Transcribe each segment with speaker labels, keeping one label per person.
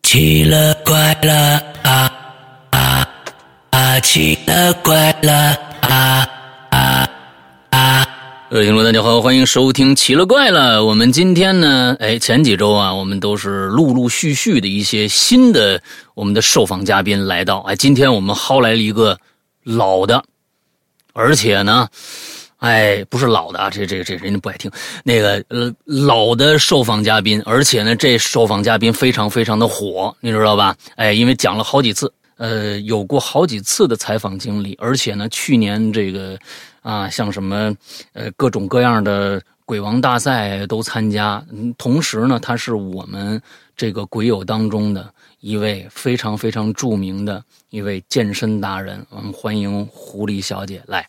Speaker 1: 奇了怪了啊啊啊！奇了怪了啊啊啊！各位听众大家好，欢迎收听奇了怪了。我们今天呢，前几周啊，我们都是陆陆续续的一些新的我们的受访嘉宾来到，今天我们薅来了一个老的，而且呢，不是老的啊，这人家不爱听那个老的受访嘉宾，而且呢，这受访嘉宾非常非常的火，你知道吧？因为讲了好几次，有过好几次的采访经历，而且呢，去年这个像什么各种各样的鬼王大赛都参加，同时呢，他是我们这个鬼友当中的一位非常非常著名的一位健身达人，我们欢迎狐狸小姐来。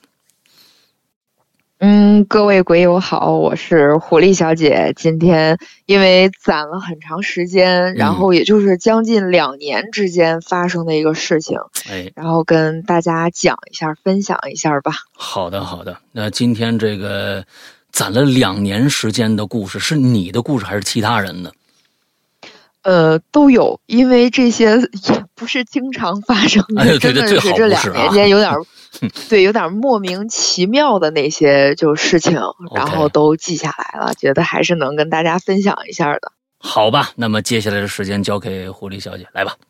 Speaker 2: 各位鬼友好，我是狐狸小姐。今天因为攒了很长时间，然后也就是将近2年之间发生的一个事情，然后跟大家讲一下，分享一下吧。
Speaker 1: 好的，那今天这个攒了2年时间的故事，是你的故事还是其他人的？
Speaker 2: 都有，因为这些也不是经常发生的，真的是这2年间有点对，有点莫名其妙的那些就事情，然后都记下来了，觉得还是能跟大家分享一下的。
Speaker 1: 好吧，那么接下来的时间交给狐狸小姐，来吧。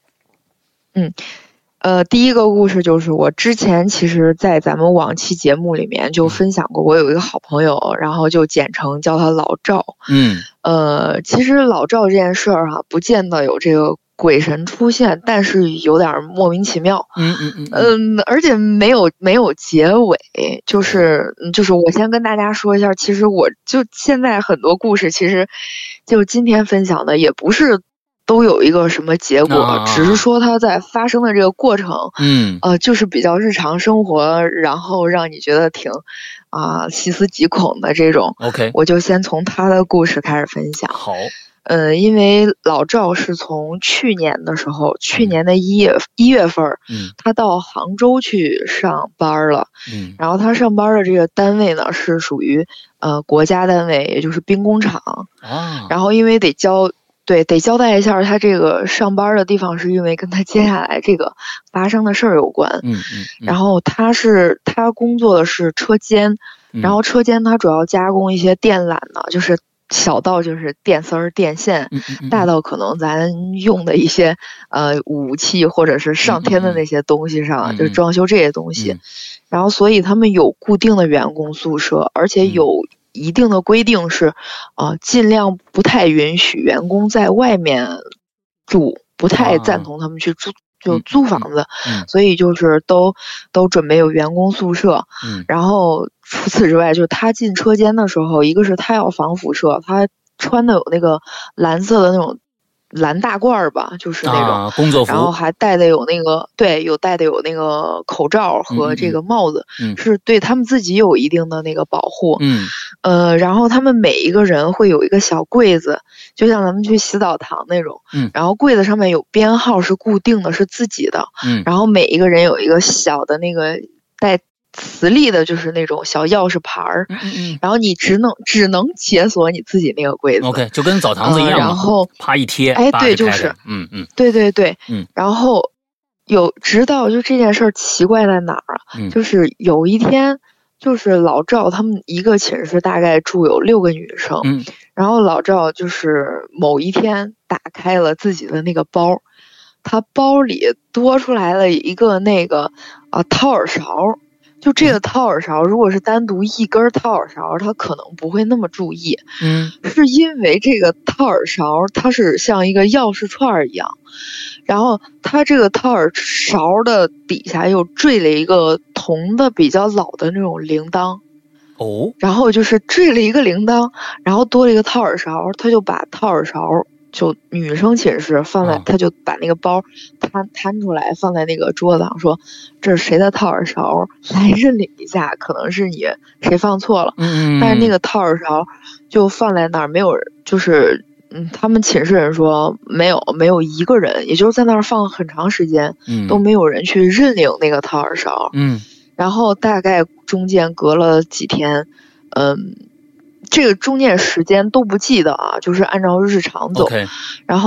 Speaker 2: 第一个故事就是我之前其实在咱们往期节目里面就分享过，我有一个好朋友，然后就简称叫他老赵。其实老赵这件事儿不见得有这个鬼神出现，但是有点莫名其妙。而且没有结尾，就是我先跟大家说一下，其实我就现在很多故事，其实就今天分享的也不是都有一个什么结果，只是说它在发生的这个过程，就是比较日常生活，然后让你觉得挺细思极恐的这种。
Speaker 1: OK，
Speaker 2: 我就先从他的故事开始分享。
Speaker 1: 好。
Speaker 2: 因为老赵是从去年的时候，去年的一月份，他到杭州去上班了。然后他上班的这个单位呢是属于国家单位，也就是兵工厂。然后因为得交代一下他这个上班的地方，是因为跟他接下来这个发生的事儿有关。然后他工作的是车间，然后车间他主要加工一些电缆呢，就是小到就是电丝儿、电线，大到可能咱用的一些武器或者是上天的那些东西上，就是装修这些东西。然后所以他们有固定的员工宿舍，而且有一定的规定是尽量不太允许员工在外面住，不太赞同他们去租房子。所以就是都准备有员工宿舍。然后除此之外，就是他进车间的时候，一个是他要防辐射，他穿的有那个蓝色的那种蓝大褂吧，就是那种
Speaker 1: 工作服，
Speaker 2: 然后还戴的有那个戴的有那个口罩和这个帽子，是对他们自己有一定的那个保护。然后他们每一个人会有一个小柜子，就像咱们去洗澡堂那种。然后柜子上面有编号，是固定的，是自己的。然后每一个人有一个小的那个带磁力的，就是那种小钥匙牌儿。然后你只能解锁你自己那个柜子。OK，
Speaker 1: 就跟澡堂子一样。然后啪一贴，
Speaker 2: 对，就是，对。然后直到就这件事儿奇怪在哪儿就是有一天，就是老赵他们一个寝室大概住有6个女生。然后老赵就是某一天打开了自己的那个包，他包里多出来了一个那个掏耳勺。就这个掏耳勺，如果是单独一根掏耳勺，他可能不会那么注意。是因为这个掏耳勺它是像一个钥匙串一样，然后它这个掏耳勺的底下又坠了一个铜的比较老的那种铃铛。然后就是坠了一个铃铛，然后多了一个掏耳勺，他就把掏耳勺就女生寝室放在，他就把那个包摊出来放在那个桌子上，说这是谁的掏耳勺，来认领一下，可能是你谁放错了。但是那个掏耳勺就放在那儿，没有人，就是他们寝室人说没有一个人，也就是在那儿放了很长时间，都没有人去认领那个掏耳勺。然后大概中间隔了几天，这个中间时间都不记得就是按照日常走。然后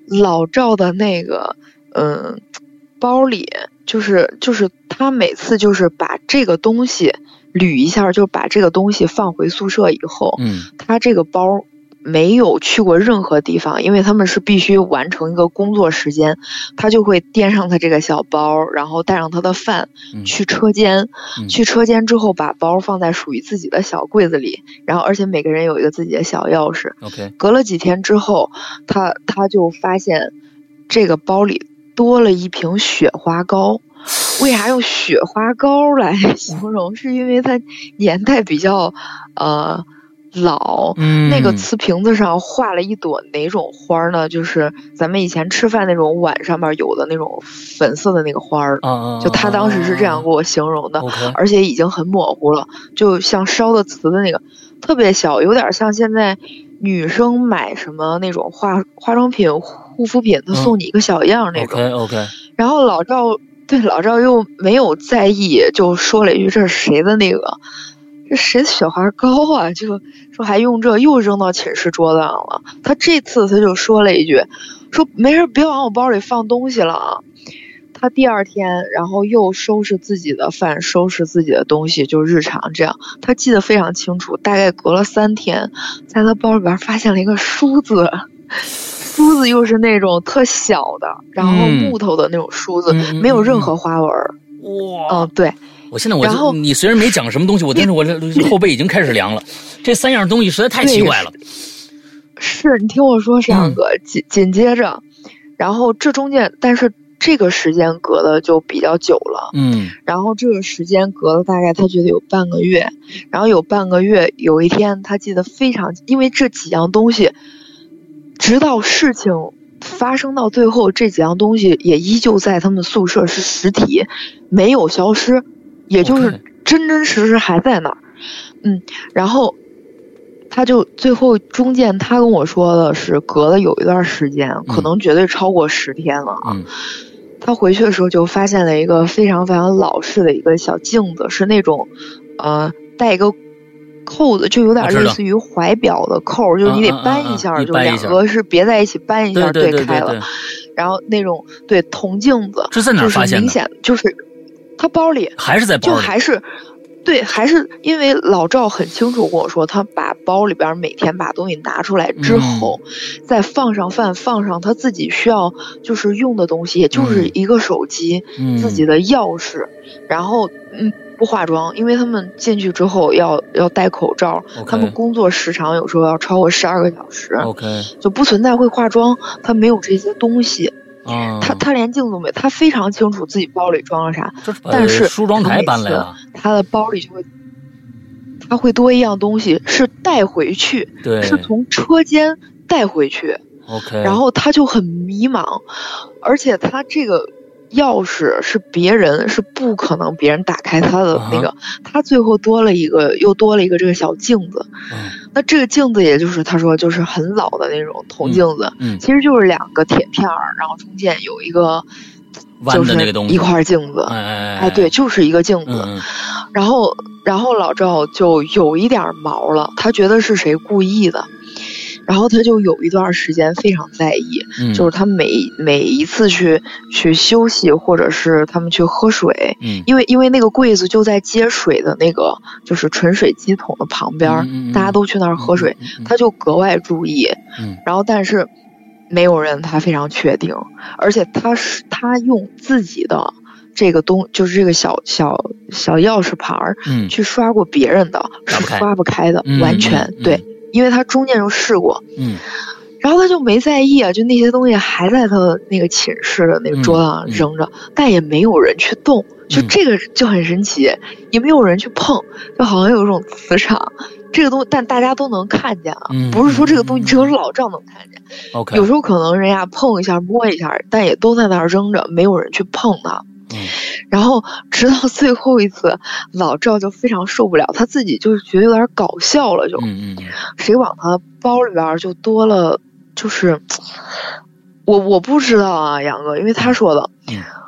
Speaker 2: 老赵的那个包里，就是他每次就是把这个东西捋一下，就把这个东西放回宿舍以后，他这个包没有去过任何地方，因为他们是必须完成一个工作时间，他就会垫上他这个小包，然后带上他的饭去车间，去车间之后把包放在属于自己的小柜子里，然后而且每个人有一个自己的小钥匙。隔了几天之后，他就发现这个包里多了一瓶雪花膏。为啥用雪花膏来形容？是因为它年代比较老，那个瓷瓶子上画了一朵哪种花呢？就是咱们以前吃饭那种碗上面有的那种粉色的那个花儿，就他当时是这样给我形容的，而且已经很模糊了，就像烧的瓷的那个，特别小，有点像现在女生买什么那种化妆品、护肤品，他送你一个小样那种。然后老赵又没有在意，就说了一句：“这是谁的那个？这谁的雪花膏啊？”就说还用这，又扔到寝室桌子上了。他这次他就说了一句：“说没事，别往我包里放东西了啊。”他第二天，然后又收拾自己的饭，收拾自己的东西，就日常这样。他记得非常清楚，大概隔了3天，在他包里边发现了一个梳子。梳子又是那种特小的，然后木头的那种梳子，没有任何花纹。哇，对。
Speaker 1: 然后你虽然没讲什么东西，但是我这后背已经开始凉了。这3样东西实在太奇怪了。
Speaker 2: 是你听我说，上个紧接着，然后这中间，但是这个时间隔的就比较久了。然后这个时间隔了大概他觉得有半个月，然后有半个月，有一天他记得非常，因为这几样东西。直到事情发生到最后，这几样东西也依旧在他们宿舍是实体，没有消失，也就是真真实实还在那儿。然后他就最后中间他跟我说的是隔了有一段时间，可能绝对超过10天了啊。他回去的时候就发现了一个非常非常老式的一个小镜子，是那种带一个扣子，就有点类似于怀表的扣，就是你得扳一下，就两个是别在一起扳一下，对开了。然后那种对铜镜子，
Speaker 1: 这在哪儿发现的？
Speaker 2: 明显就是他包里，
Speaker 1: 还是在包里，
Speaker 2: 就还是对，还是因为老赵很清楚跟我说，他把包里边每天把东西拿出来之后，再放上饭，放上他自己需要就是用的东西，也就是一个手机，自己的钥匙，然后不化妆，因为他们进去之后要戴口罩，他们工作时长有时候要超过12个小时，就不存在会化妆，他没有这些东西。他连镜子都没，他非常清楚自己包里装了啥，但是
Speaker 1: 梳妆台搬来了，
Speaker 2: 他的包里就会，他会多一样东西是带回去，是从车间带回去。然后他就很迷茫，而且他这个钥匙是别人是不可能别人打开他的那个，他最后又多了一个这个小镜子。那这个镜子也就是他说就是很老的那种铜镜子，其实就是2个铁片儿，然后中间有一个就是一块镜子，对，就是一个镜子。然后老赵就有一点毛了，他觉得是谁故意的。然后他就有一段时间非常在意，就是他每一次去休息，或者是他们去喝水，因为那个柜子就在接水的那个就是纯水机桶的旁边，大家都去那儿喝水，他就格外注意。然后但是没有人他非常确定，而且他用自己的这个就是这个小钥匙牌去刷过别人的，是刷不开的，完全对。因为他中间就试过，然后他就没在意啊，就那些东西还在他那个寝室的那个桌子上扔着，但也没有人去动，就这个就很神奇，也没有人去碰，就好像有一种磁场，这个东西但大家都能看见啊，不是说这个东西只有老赵能看见，有时候可能人家碰一下摸一下，但也都在那儿扔着，没有人去碰它。然后直到最后一次，老赵就非常受不了，他自己就觉得有点搞笑了，就谁往他包里边就多了，就是我不知道啊，杨哥，因为他说的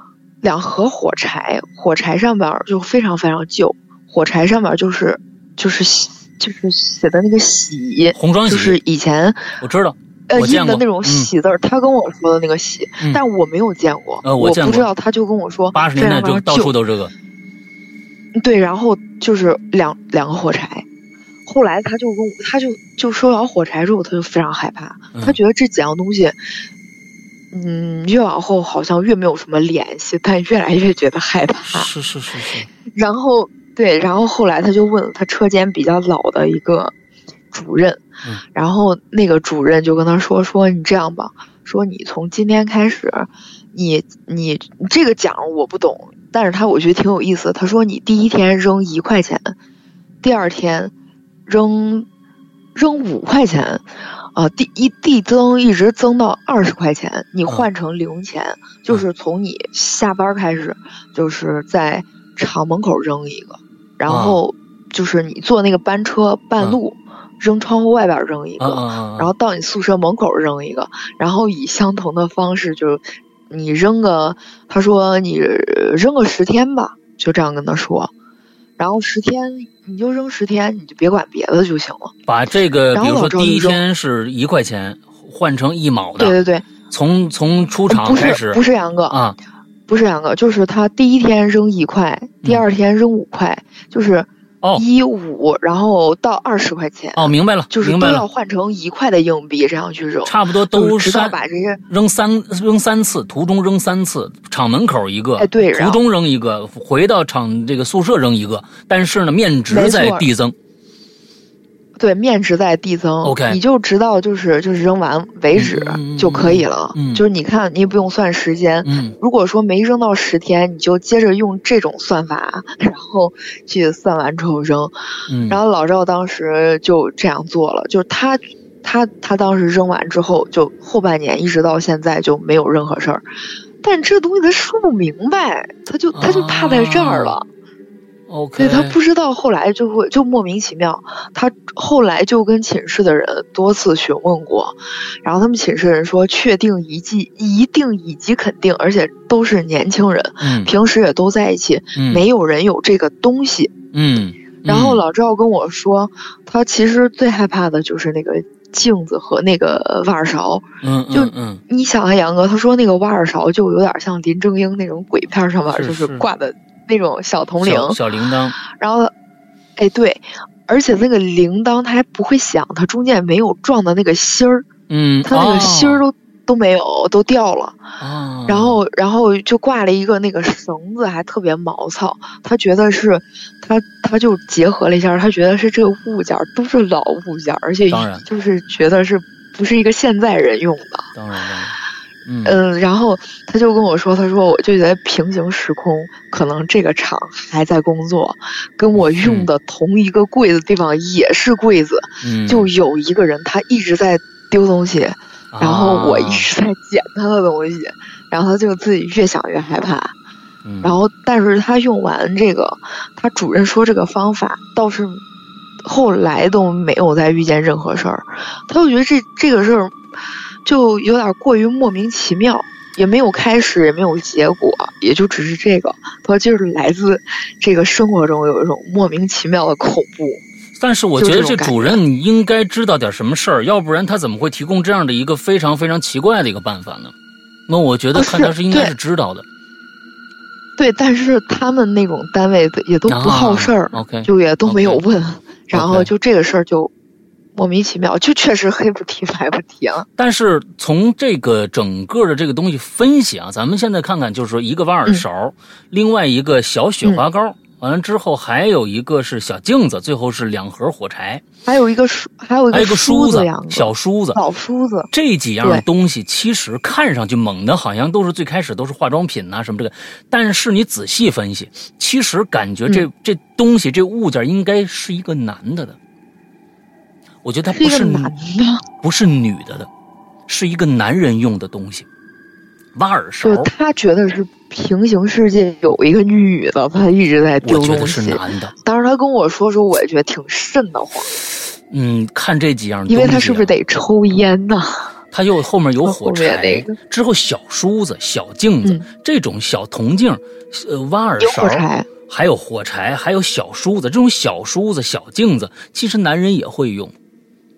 Speaker 2: 2盒火柴，火柴上边就非常非常旧，火柴上边就是写的那个喜，
Speaker 1: 红双喜，
Speaker 2: 就是以前
Speaker 1: 我知道。
Speaker 2: 印的那种喜字儿，他跟我说的那个喜，但我没有见过，
Speaker 1: 我
Speaker 2: 不知道，他就跟我说
Speaker 1: 80年代就到处都这个。
Speaker 2: 对，然后就是两个火柴，后来他就跟我，就说到火柴之后，他就非常害怕，他觉得这几样东西，越往后好像越没有什么联系，但越来越觉得害怕。
Speaker 1: 是。
Speaker 2: 然后后来他就问了他车间比较老的一个主任，然后那个主任就跟他说你这样吧，说你从今天开始，你这个奖我不懂，但是我觉得挺有意思。他说你第一天扔1块钱，第二天扔5块钱，递增一直增到20块钱，你换成零钱，就是从你下班开始，就是在厂门口扔一个，然后就是你坐那个班车半路。扔窗户外边扔一个，然后到你宿舍门口扔一个，然后以相同的方式，就是你扔个，他说你扔个10天吧，就这样跟他说，然后10天你就扔10天，你就别管别的就行了。
Speaker 1: 把这个，比如说第一天是1块钱，换成1毛的。
Speaker 2: 对，从
Speaker 1: 出厂开始，
Speaker 2: 不是杨哥啊，不是杨哥，就是他第一天扔1块，第二天扔5块，就是15，然后到20块钱。
Speaker 1: 明白了，
Speaker 2: 就是都要换成1块的硬币，这样去扔。
Speaker 1: 差不多都
Speaker 2: 直到把这些
Speaker 1: 扔三次，途中扔3次，厂门口一个，
Speaker 2: 对，
Speaker 1: 途中扔一个，回到厂这个宿舍扔一个，但是呢，面值在递增。
Speaker 2: 对，面值在递增。
Speaker 1: OK，
Speaker 2: 你就直到就是扔完为止就可以了。就是你看，你也不用算时间。如果说没扔到10天，你就接着用这种算法，然后去算完之后扔。然后老赵当时就这样做了，就是他当时扔完之后，就后半年一直到现在就没有任何事儿。但这东西他说不明白，他就怕在这儿了。
Speaker 1: OK，
Speaker 2: 对，他不知道，后来就莫名其妙，他后来就跟寝室的人多次询问过，然后他们寝室人说确定一定以及肯定，而且都是年轻人，平时也都在一起，没有人有这个东西。然后老赵跟我说，他其实最害怕的就是那个镜子和那个挖耳勺。你想啊，杨哥，他说那个挖耳勺就有点像林正英那种鬼片上面就是挂的那种小铜铃、
Speaker 1: 小铃铛，
Speaker 2: 然后，对，而且那个铃铛它还不会响，它中间没有撞的那个芯儿，它那个芯儿都没有，都掉了。然后就挂了一个那个绳子，还特别毛糙。他觉得是，他就结合了一下，他觉得是这个物件都是老物件，而且就是觉得是不是一个现在人用的。
Speaker 1: 当然。
Speaker 2: 然后他就跟我说，他说我就觉得平行时空，可能这个厂还在工作，跟我用的同一个柜子地方也是柜子，就有一个人他一直在丢东西，然后我一直在捡他的东西，然后他就自己越想越害怕。然后但是他用完这个，他主任说这个方法倒是后来都没有再遇见任何事儿，他就觉得这个事儿就有点过于莫名其妙，也没有开始，也没有结果，也就只是这个。他就是来自这个生活中有一种莫名其妙的恐怖。
Speaker 1: 但是我觉得这主任应该知道点什么事儿，要不然他怎么会提供这样的一个非常非常奇怪的一个办法呢？那我觉得看他是应该是知道的。
Speaker 2: 对，但是他们那种单位也都不好事儿
Speaker 1: ，OK，
Speaker 2: 就也都没有问，然后就这个事儿就莫名其妙，就确实黑不提白不提了。
Speaker 1: 但是从这个整个的这个东西分析啊，咱们现在看看，就是说一个挖耳勺，另外一个小雪花膏，完了之后还有一个是小镜子，最后是2盒火柴，
Speaker 2: 还有一个梳子，
Speaker 1: 小梳子，
Speaker 2: 老梳子。
Speaker 1: 这几样东西其实看上去猛的，好像都是最开始都是化妆品呐、什么这个，但是你仔细分析，其实感觉这东西这物件应该是一个男的。我觉得它不是
Speaker 2: 男的，
Speaker 1: 不是女的，是一个男人用的东西。挖耳勺，
Speaker 2: 就他觉得是平行世界有一个女的，他一直在丢东西。
Speaker 1: 我觉得是男的。
Speaker 2: 当时他跟我说，我也觉得挺瘆得慌。
Speaker 1: 看这几样东西、
Speaker 2: 因为他是不是得抽烟呢？
Speaker 1: 他又后面有火柴，之后小梳子、小镜子、这种小铜镜，挖耳勺，还有火柴，还有小梳子。这种小梳子、小镜子，其实男人也会用。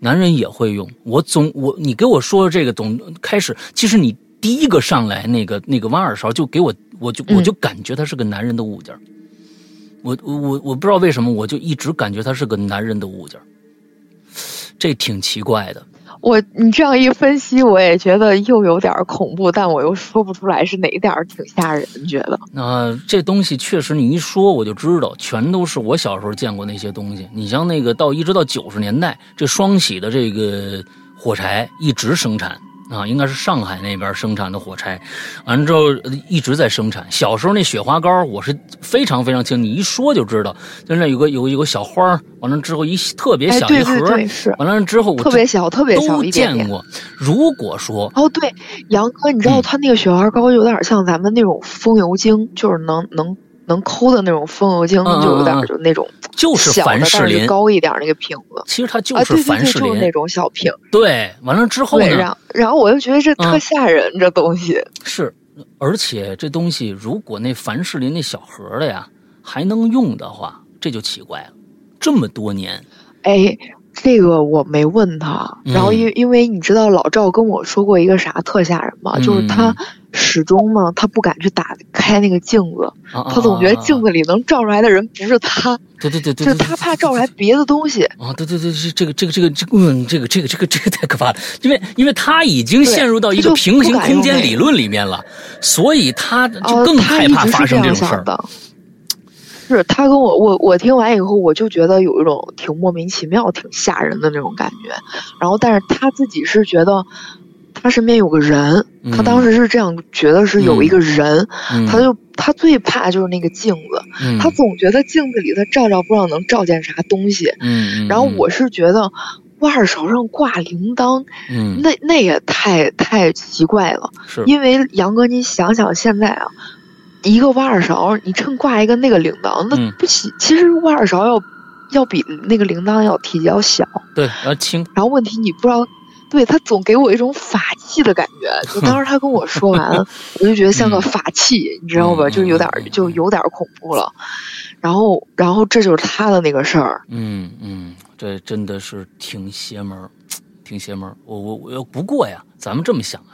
Speaker 1: 男人也会用。你给我说这个开始，其实你第一个上来那个挖耳勺就给我就感觉它是个男人的物件。我不知道为什么，我就一直感觉它是个男人的物件，这挺奇怪的。
Speaker 2: 你这样一分析，我也觉得又有点恐怖，但我又说不出来是哪点挺吓人。觉得
Speaker 1: 这东西确实，你一说我就知道，全都是我小时候见过那些东西。你像那个一直到90年代，这双喜的这个火柴一直生产。应该是上海那边生产的火柴，完了之后一直在生产。小时候那雪花膏我是非常非常清，你一说就知道，就那有一个小花，完了之后特别小一盒，
Speaker 2: 对，是
Speaker 1: 完了之后我
Speaker 2: 特别小
Speaker 1: 都见过。如果说
Speaker 2: 对，杨哥，你知道它那个雪花膏有点像咱们那种风油精，就是能抠的那种风油精，就有点就那种
Speaker 1: 就是凡士林
Speaker 2: 高一点那个瓶子，
Speaker 1: 其实它就是凡士林，
Speaker 2: 就是那种小瓶。
Speaker 1: 对，完了之后呢，
Speaker 2: 然后我就觉得这特吓人，这东西
Speaker 1: 是，而且这东西如果那凡士林那小盒的呀还能用的话，这就奇怪了。这么多年，
Speaker 2: 这个我没问他，然后因为你知道老赵跟我说过一个啥特吓人吗？就是他始终呢，他不敢去打开那个镜子，他总觉得镜子里能照出来的人不是他。
Speaker 1: 对，
Speaker 2: 就是他怕照出来别的东西。
Speaker 1: 对，这个太可怕了，因为他已经陷入到一个平行空间理论里面了，所以他就更害怕发生这种事儿。
Speaker 2: 是他跟我听完以后，我就觉得有一种挺莫名其妙、挺吓人的那种感觉。然后，但是他自己是觉得他身边有个人，他当时是这样觉得是有一个人，他最怕就是那个镜子，他总觉得镜子里他照不知道能照见啥东西。然后我是觉得挖耳勺上挂铃铛，那也太奇怪了。
Speaker 1: 是
Speaker 2: 因为杨哥，你想想现在啊。一个挖耳勺，你称挂一个那个铃铛，那不起。其实挖耳勺要比那个铃铛要体积要小，
Speaker 1: 对，要轻。
Speaker 2: 然后问题你不知道，对他总给我一种法器的感觉。就当时他跟我说完，我就觉得像个法器，你知道吧？就有点恐怖了。然后这就是他的那个事儿。
Speaker 1: 这真的是挺邪门，挺邪门。我不过呀，咱们这么想，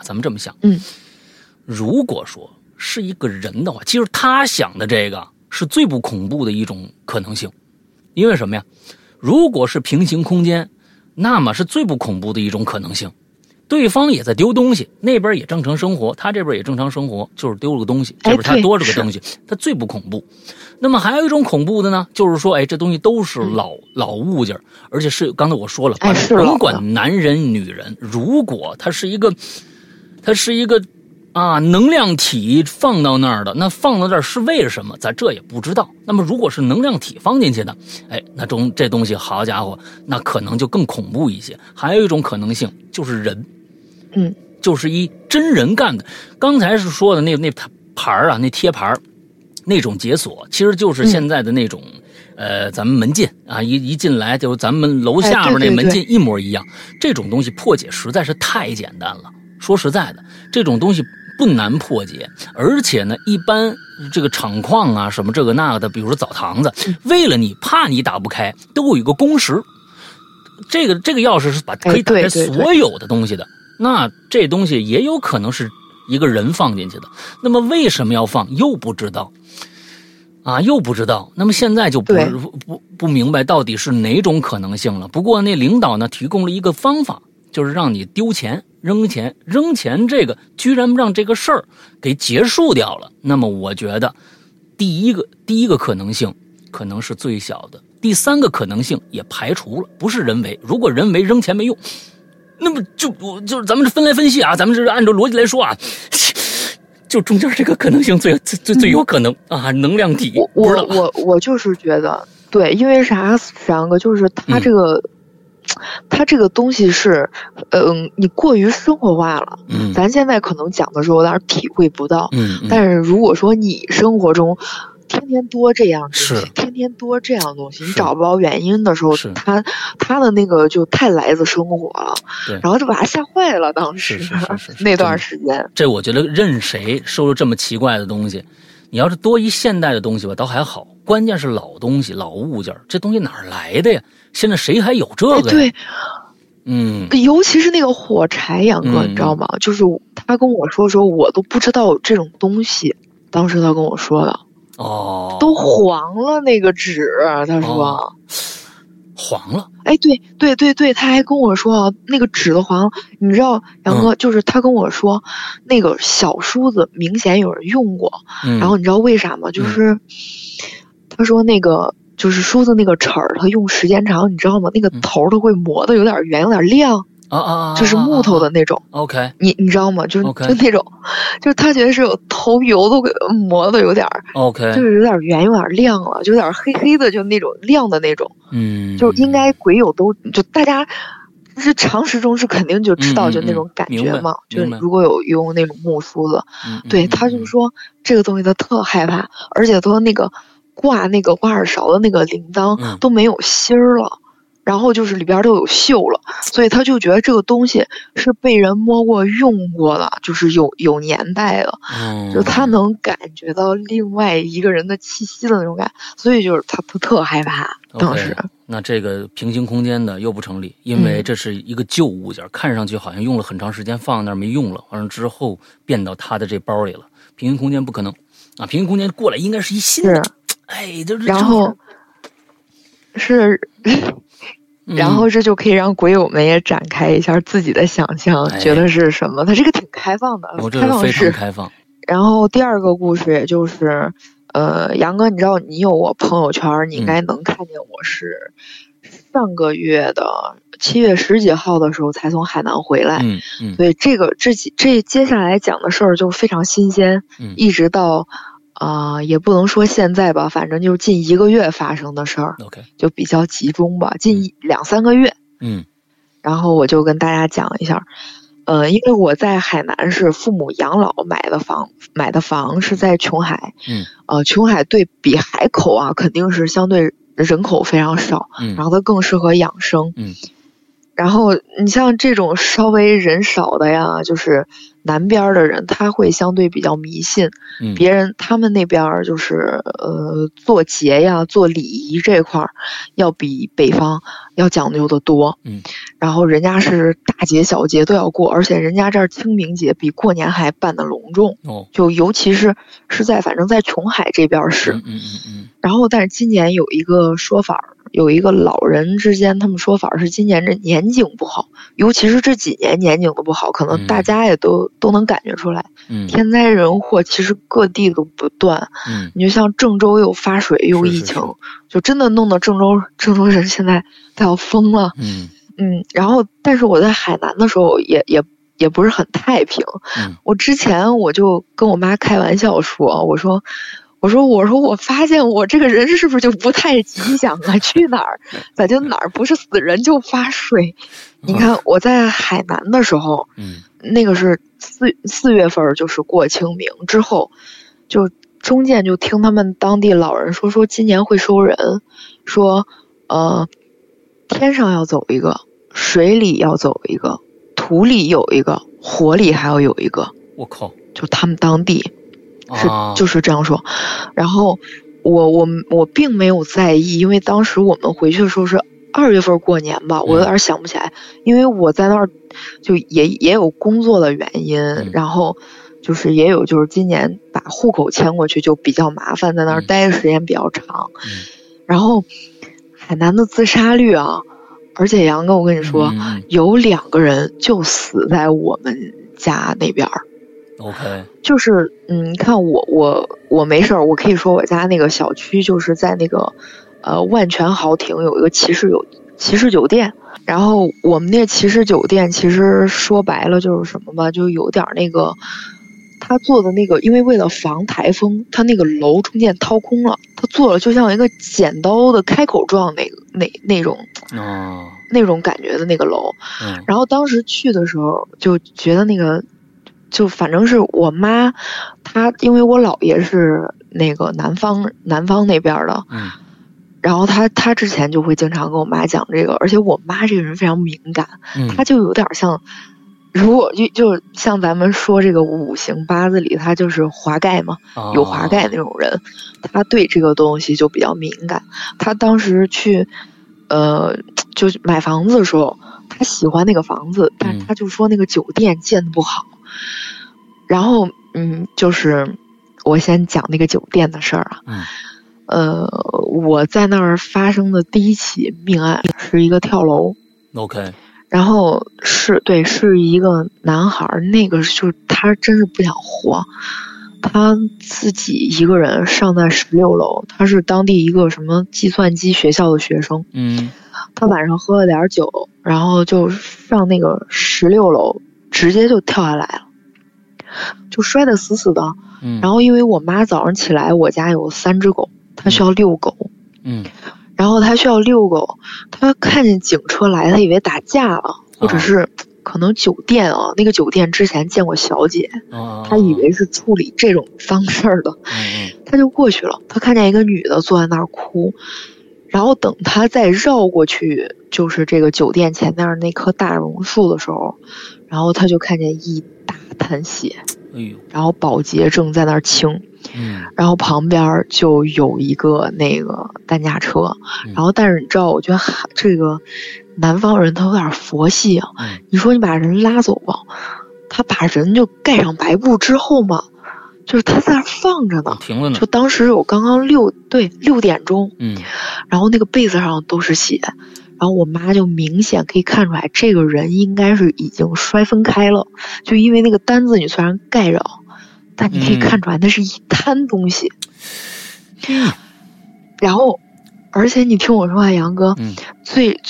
Speaker 1: 如果说是一个人的话，其实他想的这个是最不恐怖的一种可能性。因为什么呀？如果是平行空间，那么是最不恐怖的一种可能性。对方也在丢东西，那边也正常生活，他这边也正常生活，就是丢了个东西，这边他多了个东西，他最不恐怖。那么还有一种恐怖的呢，就是说，这东西都是老物件，而且是刚才我说了，甭管男人女人，如果它是一个能量体放到那儿的，那放到这儿是为了什么？咱这也不知道。那么如果是能量体放进去的，那这东西好家伙，那可能就更恐怖一些。还有一种可能性就是人，就是一真人干的。刚才是说的那牌啊，那贴牌那种解锁，其实就是现在的那种咱们门禁啊，一进来就咱们楼下边那门禁一模一样。这种东西破解实在是太简单了。说实在的，这种东西不难破解，而且呢，一般这个厂矿啊什么这个那个的，比如说澡堂子，为了怕你打不开，都有一个公时。这个钥匙是可以打开所有的东西的。那这东西也有可能是一个人放进去的。那么为什么要放？又不知道。那么现在就不明白到底是哪种可能性了。不过那领导呢提供了一个方法，就是让你丢钱。扔钱这个居然让这个事儿给结束掉了。那么我觉得第一个可能性可能是最小的，第三个可能性也排除了，不是人为。如果人为扔钱没用，那么就是咱们分来分析啊，咱们是按照逻辑来说啊，就中间这个可能性最有可能啊，能量体。
Speaker 2: 我就是觉得对，因为啥？三个就是他这个。它这个东西是，你过于生活化了。咱现在可能讲的时候有点体会不到。但是如果说你生活中天天多这样东西，天天多这样东西，你找不着原因的时候，他的那个就太来自生活了，然后就把他吓坏了。当时那段时间，
Speaker 1: 这我觉得任谁收了这么奇怪的东西，你要是多一现代的东西吧，倒还好。关键是老东西、老物件，这东西哪儿来的呀？现在谁还有这个呀？
Speaker 2: 对， 尤其是那个火柴，杨哥，你知道吗？就是他跟我说的时候，我都不知道有这种东西。当时他跟我说的，都黄了那个纸，他说。
Speaker 1: 黄了，
Speaker 2: 哎，对，他还跟我说那个纸的黄，你知道，杨哥，就是他跟我说，那个小梳子明显有人用过，然后你知道为啥吗？就是他说那个就是梳子那个齿儿，它用时间长，你知道吗？那个头都会磨得有点圆，有点亮。就是木头的那种。
Speaker 1: OK，
Speaker 2: 你知道吗？就是就那种，就是他觉得是有头油都给磨的有点
Speaker 1: OK，
Speaker 2: 就是有点圆，有点亮了，就有点黑黑的，就那种亮的那种。就应该鬼友都就大家是常识中是肯定就知道就那种感觉嘛。就如果有用那种木梳子，对，他就说这个东西他特害怕，而且他那个挂耳勺的那个铃铛都没有芯儿了。然后就是里边都有锈了，所以他就觉得这个东西是被人摸过、用过的，就是有年代了。就他能感觉到另外一个人的气息的那种感，所以就是他特害怕。当时，
Speaker 1: 那这个平行空间的又不成立，因为这是一个旧物件，看上去好像用了很长时间，放那儿没用了，完了之后变到他的这包里了。平行空间不可能啊，平行空间过来应该是一新的。哎，就是
Speaker 2: 然后是。然后这就可以让鬼友们也展开一下自己的想象，觉得是什么？它这个挺开放的，
Speaker 1: 开放式，非常开放。
Speaker 2: 然后第二个故事，也就是，杨哥，你知道你有我朋友圈，你应该能看见我是上个月的7月10几号的时候才从海南回来，所以这接下来讲的事儿就非常新鲜，一直到。也不能说现在吧，反正就是近1个月发生的事儿，就比较集中吧，近2-3个月。然后我就跟大家讲一下，因为我在海南是父母养老买的房是在琼海，琼海对比海口啊，肯定是相对人口非常少，然后它更适合养生，然后你像这种稍微人少的呀，就是南边的人，他会相对比较迷信，他们那边就是做节呀、做礼仪这块儿，要比北方要讲究的多，然后人家是大节小节都要过，而且人家这儿清明节比过年还办得隆重，就尤其是反正在琼海这边是，然后但是今年有一个说法。有一个老人之间，他们说法是今年这年景不好，尤其是这几年年景的不好，可能大家也都能感觉出来。天灾人祸其实各地都不断。你就像郑州又发水又疫情，就真的弄得郑州人现在都要疯了。然后但是我在海南的时候也不是很太平。我之前我就跟我妈开玩笑说，我说我发现我这个人是不是就不太吉祥啊？去哪儿咋就哪儿不是死人就发水？你看我在海南的时候，那个是4月份，就是过清明之后，就中间就听他们当地老人说今年会收人，说天上要走一个，水里要走一个，土里有一个，火里还要有一个。
Speaker 1: 我靠！
Speaker 2: 就他们当地。就是这样说，然后我并没有在意，因为当时我们回去的时候是2月份过年吧，我有点想不起来，因为我在那儿就也有工作的原因，然后就是也有就是今年把户口迁过去就比较麻烦，在那儿待的时间比较长，然后海南的自杀率啊，而且杨哥我跟你说，有2个人就死在我们家那边。
Speaker 1: OK，
Speaker 2: 就是你看我没事儿，我可以说我家那个小区就是在那个万泉豪庭有一个骑士酒店，然后我们那骑士酒店其实说白了就是什么吧，就有点那个他做的那个，因为为了防台风，他那个楼中间掏空了，他做了就像一个剪刀的开口状那种那种感觉的那个楼，然后当时去的时候就觉得那个。就反正是我妈，她因为我姥爷是那个南方那边的，然后她之前就会经常跟我妈讲这个，而且我妈这个人非常敏感，她就有点像，如果就像咱们说这个5行八字里，她就是华盖嘛，有华盖那种人，她对这个东西就比较敏感。她当时去就买房子的时候，他喜欢那个房子，但是他就说那个酒店建得不好。然后就是我先讲那个酒店的事儿啊。我在那儿发生的第一起命案是一个跳楼。
Speaker 1: OK。
Speaker 2: 然后是一个男孩，那个就是他真是不想活，他自己一个人上在16楼，他是当地一个什么计算机学校的学生。他晚上喝了点酒，然后就上那个16楼，直接就跳下来了，就摔得死死的。然后因为我妈早上起来，我家有3只狗，她需要遛狗。然后他需要遛狗，他看见警车来，他以为打架了，或者是可能酒店啊，那个酒店之前见过小姐，他以为是处理这种脏事儿的，他就过去了。他看见一个女的坐在那儿哭，然后等他再绕过去，就是这个酒店前面那棵大榕树的时候，然后他就看见一大滩血，然后保洁正在那儿清。然后旁边就有一个那个担架车，然后但是你知道，我觉得这个南方人他有点佛系啊。你说你把人拉走吧，他把人就盖上白布之后嘛，就是他在那放着呢，
Speaker 1: 停了呢。
Speaker 2: 就当时有刚刚6点钟，然后那个被子上都是血，然后我妈就明显可以看出来，这个人应该是已经摔分开了，就因为那个单子你虽然盖着。但你可以看出来，那是一滩东西。然后，而且你听我说话，杨哥，最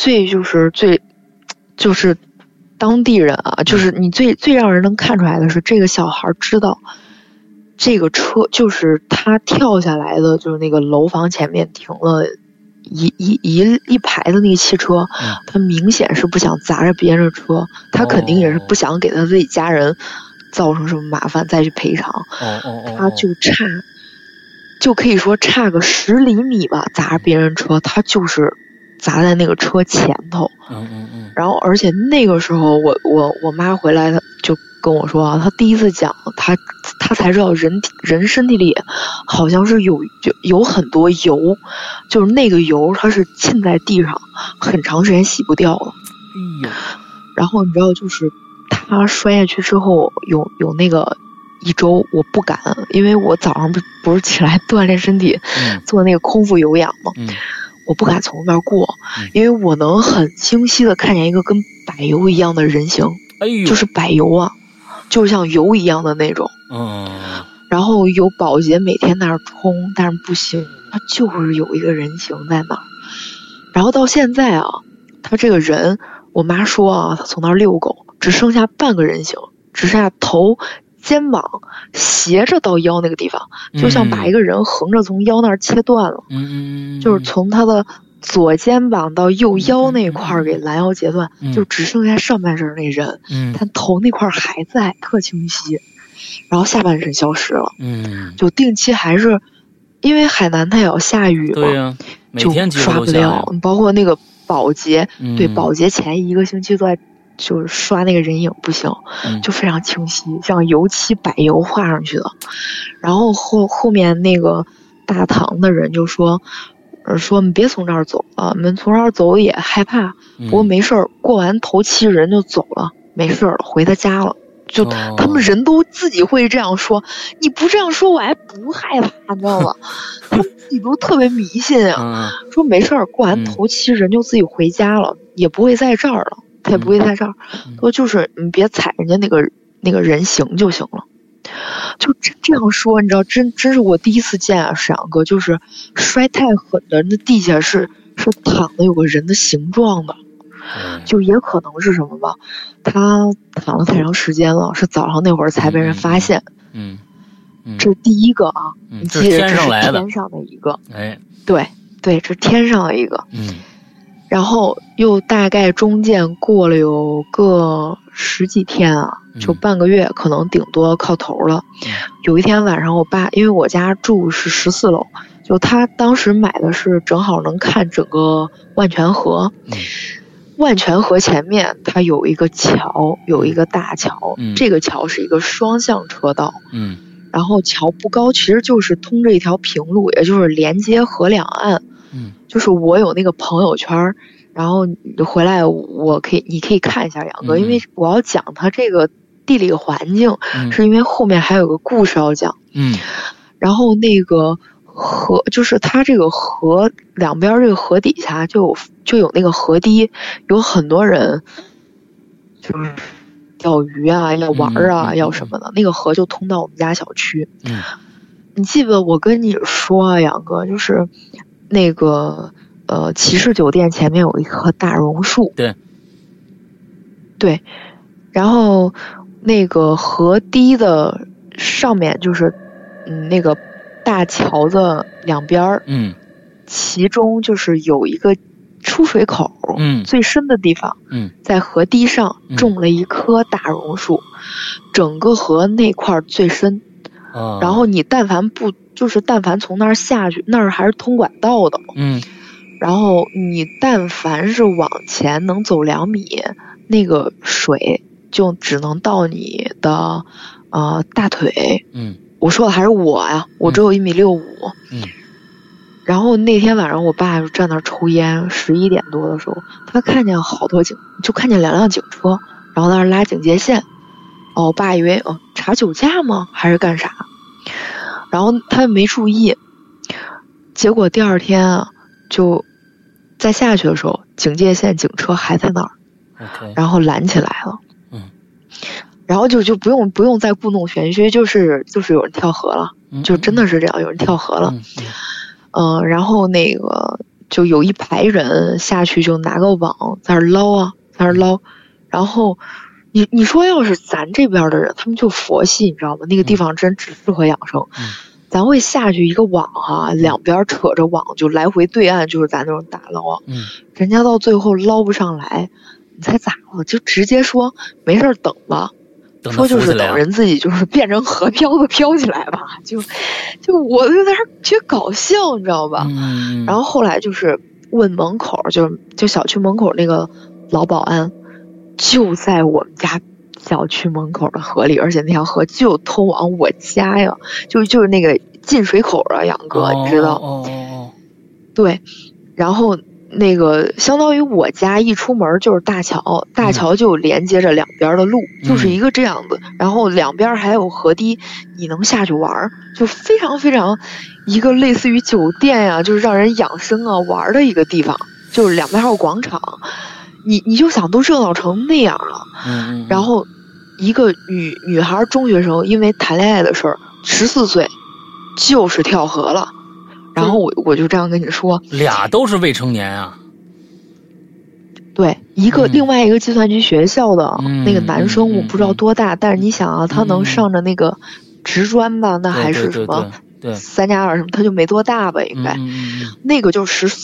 Speaker 2: 就是当地人啊，就是你最让人能看出来的是，这个小孩知道这个车就是他跳下来的，就是那个楼房前面停了一排的那个汽车，他明显是不想砸着别人的车，他肯定也是不想给他自己家人造成什么麻烦再去赔偿。他就可以说差个10厘米吧，砸着别人车，他就是砸在那个车前头。然后而且那个时候我妈回来，她就跟我说啊，她第一次讲，她才知道人身体里好像是有很多油，就是那个油它是浸在地上很长时间洗不掉了。然后你知道，就是他摔下去之后有那个1周，我不敢，因为我早上不是起来锻炼身体，做那个空腹有氧嘛，我不敢从那儿过，因为我能很清晰的看见一个跟柏油一样的人形，就是柏油啊，就像油一样的那种。然后有保洁每天那儿冲，但是不行，他就是有一个人形在那儿。然后到现在啊，他这个人，我妈说啊，他从那儿遛狗，只剩下半个人形，只剩下头、肩膀斜着到腰那个地方，就像把一个人横着从腰那儿切断了。就是从他的左肩膀到右腰那块儿给拦腰截断，就只剩下上半身那人，但头那块还在，特清晰。然后下半身消失了。就定期还是因为海南它也要下雨嘛，
Speaker 1: 对呀，每天
Speaker 2: 就刷不掉，包括那个保洁，对，保洁前1个星期都在就是刷那个人影，不行，就非常清晰，像油漆柏油画上去的。然后后面那个大堂的人就说你别从这儿走了，你们从这儿走也害怕，不过没事儿，过完头七人就走了，没事了，回他家了。就他们人都自己会这样说，你不这样说我还不害怕，你知道吗？他们自己都特别迷信啊，说没事儿，过完头七人就自己回家了，也不会在这儿了，他也不会在这儿，说就是你别踩人家那个人形就行了。就这样说，你知道，真是我第一次见啊，沈阳哥，就是摔太狠的，那地下是躺的有个人的形状的。就也可能是什么吧，他躺了太长时间了，是早上那会儿才被人发现。这是第一个啊，你记得这是天上的一个，对，这是天上的一个。然后又大概中间过了有个10几天啊，就半个月，可能顶多靠头了。有一天晚上，我爸因为我家住是14楼，就他当时买的是正好能看整个万泉河。万泉河前面它有一个桥，有一个大桥，这个桥是一个双向车道，然后桥不高，其实就是通着一条平路，也就是连接河两岸， 就是我有那个朋友圈，然后回来你可以看一下杨哥，因为我要讲他这个地理环境，是因为后面还有个故事要讲。然后那个河，就是它这个河两边这个河底下就有那个河堤，有很多人就是钓鱼啊，要玩啊，要什么的。那个河就通到我们家小区。你记得我跟你说啊，杨哥，就是那个骑士酒店前面有一棵大榕树。对，然后那个河堤的上面就是那个大桥的两边，其中就是有一个出水口，最深的地方，在河堤上种了一棵大榕树，整个河那块最深。然后你但凡从那儿下去，那儿还是通管道的，然后你但凡是往前能走2米，那个水就只能到你的大腿。我说的还是我呀，我只有1.65米。然后那天晚上我爸就站那儿抽烟，11点多的时候，他看见就看见2辆警车，然后在那儿拉警戒线。我爸以为查酒驾吗还是干啥，然后他没注意，结果第二天啊，就再下去的时候，警戒线警车还在那儿，然后拦起来了。然后就不用再故弄玄虚，就是有人跳河了，就真的是这样，有人跳河了。然后那个就有一排人下去就拿个网在那儿捞，然后你说要是咱这边的人，他们就佛系，你知道吗？那个地方真只适合养生。咱会下去一个网两边扯着网就来回对岸，就是咱那种打捞啊。人家到最后捞不上来，你猜咋了？就直接说没事等吧。说就是等人自己就是变成河漂子飘起来吧，就我就在那儿觉得搞笑，你知道吧？然后后来就是问门口，就小区门口那个老保安，就在我们家小区门口的河里，而且那条河就通往我家呀，就是那个进水口啊，杨哥，你知道？对，然后。那个相当于我家一出门就是大桥，大桥就连接着两边的路，就是一个这样子，然后两边还有河堤，你能下去玩，就非常非常一个类似于酒店呀，就是让人养生啊玩的一个地方，就是两边还有广场，你就想都热闹成那样了。然后一个女孩中学生因为谈恋爱的事儿，14岁就是跳河了。然后我就这样跟你说，
Speaker 1: 俩都是未成年啊。
Speaker 2: 对，另外一个计算机学校的那个男生，我不知道多大，但是你想啊，他能上着那个职专吧？那还是什么3+2什么，他就没多大吧？应该，那个就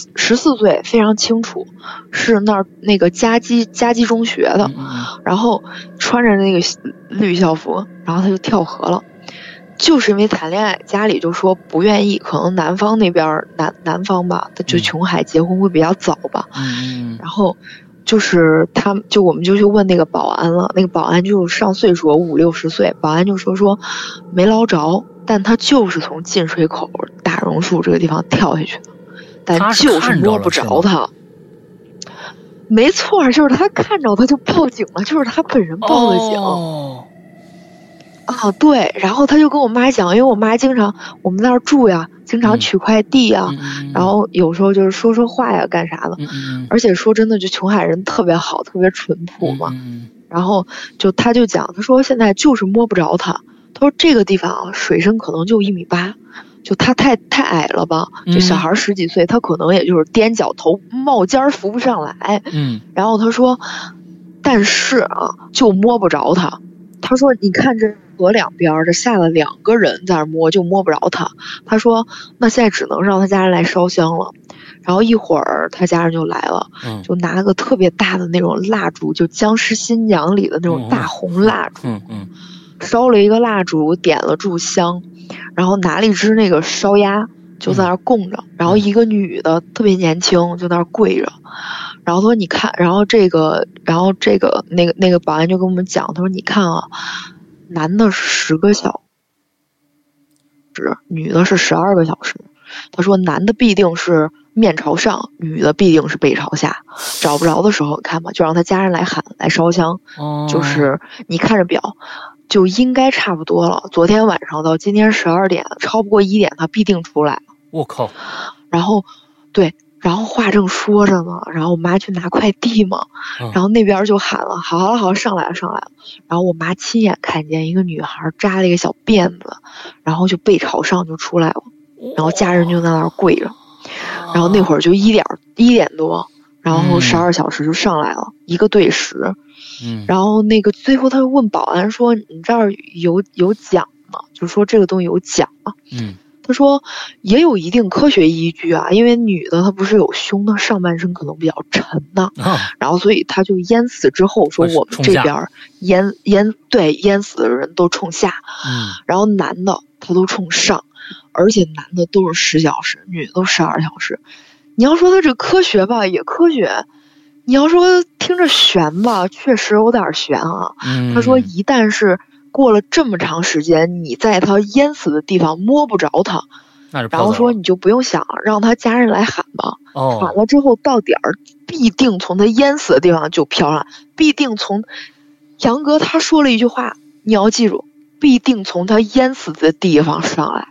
Speaker 2: 14岁，非常清楚，是那个佳基中学的，然后穿着那个绿校服，然后他就跳河了。就是因为谈恋爱，家里就说不愿意，可能南方那边南方吧，就琼海结婚会比较早吧。然后就是我们就去问那个保安了，那个保安就上岁数50-60岁，保安就说没捞着，但他就是从进水口大榕树这个地方跳下去的，但就是摸不着他。没错，就是他看着他就报警了，就是他本人报的警。对，然后他就跟我妈讲，因为我妈经常我们那儿住呀，经常取快递呀，然后有时候就是说话呀，干啥的，而且说真的，就琼海人特别好，特别淳朴嘛。然后他就讲，他说现在就是摸不着他，他说这个地方水深可能就1.8米，就他太矮了吧，就小孩10几岁，他可能也就是踮脚头冒尖浮不上来。然后他说，但是就摸不着他。他说你看这河两边这下了2个人在那摸，就摸不着他。他说那现在只能让他家人来烧香了。然后一会儿他家人就来了，就拿个特别大的那种蜡烛，就僵尸新娘里的那种大红蜡烛，烧了一个蜡烛，点了炷香，然后拿了一只那个烧鸭就在那儿供着，然后一个女的特别年轻就在那儿跪着。然后他说你看，然后这个那个保安就跟我们讲，他说你看啊，男的是10个小时，女的是12个小时， 他说男的必定是面朝上，女的必定是背朝下，找不着的时候，你看嘛，就让他家人来喊来烧香。就是你看着表，就应该差不多了。昨天晚上到今天12点，超不过1点，他必定出来。
Speaker 1: 我靠！
Speaker 2: 然后，对，然后话正说着呢，然后我妈去拿快递嘛，然后那边就喊了，好了好了，上来了上来了。然后我妈亲眼看见一个女孩扎了一个小辫子，然后就背朝上就出来了，然后家人就在那儿跪着。然后那会儿就1点多，然后12小时就上来了，一个对时。然后那个最后他就问保安说：“你这儿有奖吗？”就说这个东西有奖吗？他说也有一定科学依据啊，因为女的她不是有胸的，上半身可能比较沉呐，然后所以他就淹死之后说我们这边淹死的人都冲下，然后男的他都冲上，而且男的都是10小时，女的都12小时。你要说他这科学吧，也科学。你要说听着悬吧，确实有点悬啊。他说一旦是过了这么长时间，你在他淹死的地方摸不着他，然后说你就不用想让他家人来喊吧。喊了之后到点儿，必定从他淹死的地方就飘上，必定从杨哥他说了一句话，你要记住，必定从他淹死的地方上来。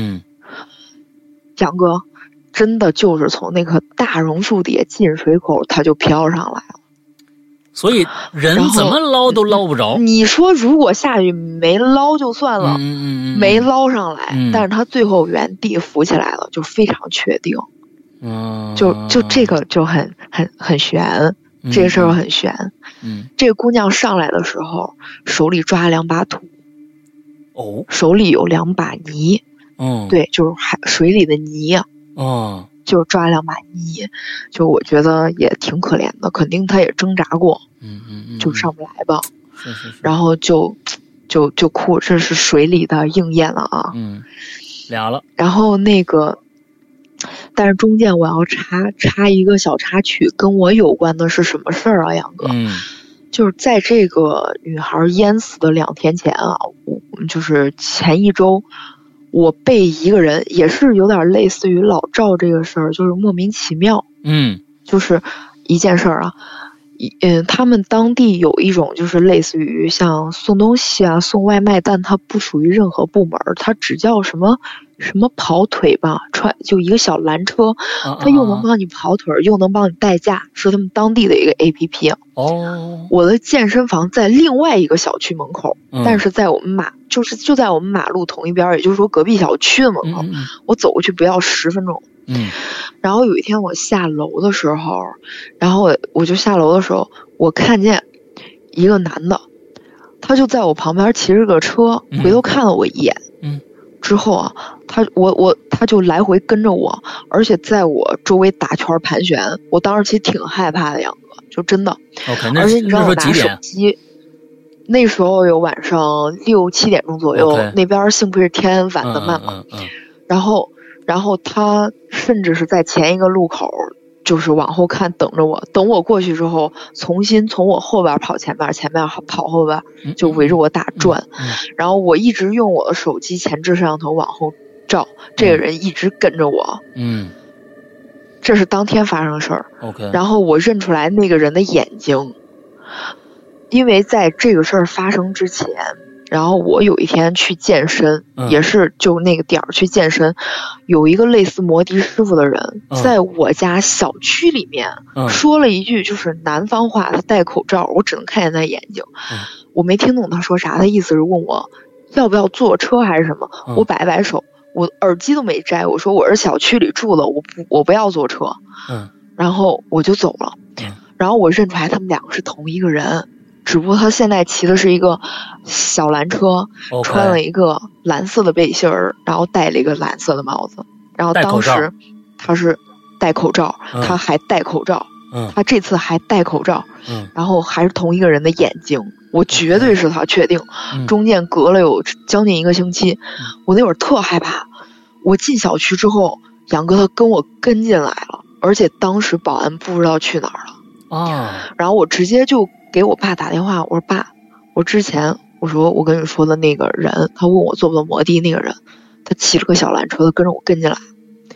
Speaker 2: 杨哥。真的就是从那棵大榕树底下进水口，它就飘上来了。
Speaker 1: 所以人怎么捞都捞不着。
Speaker 2: 你说如果下去没捞就算了，没捞上来，但是他最后原地浮起来了，就非常确定。就这个就很悬，这个事儿很悬。这个姑娘上来的时候，手里抓2把土，手里有2把泥，对，就是水里的泥呀。就抓2把泥，就我觉得也挺可怜的，肯定他也挣扎过，就上不来吧。然后就哭，这是水里的应验了啊。
Speaker 1: 俩了。
Speaker 2: 然后那个，但是中间我要插一个小插曲，跟我有关的是什么事儿啊，杨哥？就是在这个女孩淹死的2天前啊，就是前1周。我被一个人也是有点类似于老赵这个事儿，就是莫名其妙，就是一件事儿啊，他们当地有一种就是类似于像送东西啊、送外卖，但它不属于任何部门，它只叫什么跑腿吧，就一个小蓝车，它又能帮你跑腿，又能帮你代驾，是他们当地的一个 APP。我的健身房在另外一个小区门口，但是在我们就在我们马路同一边，也就是说隔壁小区的门口，我走过去不要10分钟。然后有一天我下楼的时候，然后我就下楼的时候，我看见一个男的，他就在我旁边骑着个车，回头看了我一眼，之后啊，他就来回跟着我，而且在我周围打圈盘旋，我当时其实挺害怕的，杨哥，就真的。而且你知道我拿手机，那时候有晚上6、7点钟左右，那边幸亏是天晚的慢嘛，然后他甚至是在前一个路口，就是往后看等着我，等我过去之后，重新从我后边跑前边，前边跑后边，就围着我打转。然后我一直用我的手机前置摄像头往后照，这个人一直跟着我。这是当天发生的事儿。然后我认出来那个人的眼睛，因为在这个事儿发生之前。然后我有一天去健身，也是就那个点儿去健身，有一个类似摩的师傅的人，在我家小区里面说了一句就是南方话，他戴口罩，我只能看见他眼睛，我没听懂他说啥，他意思是问我要不要坐车还是什么，我摆摆手，我耳机都没摘，我说我是小区里住的，我不要坐车，然后我就走了，然后我认出来他们2个是同一个人。只不过他现在骑的是一个小蓝车，穿了一个蓝色的背心儿，然后戴了一个蓝色的帽子。然后当时他是戴口罩，他还戴口罩，他这次还戴口罩，然后还是同一个人的眼睛，我绝对是他，确定。中间隔了有将近1个星期，我那会儿特害怕。我进小区之后，杨哥他跟我跟进来了，而且当时保安不知道去哪儿了然后我直接就给我爸打电话，我说爸，我之前我说我跟你说的那个人，他问我坐不坐摩的那个人，他骑了个小蓝车，他跟着我跟进来，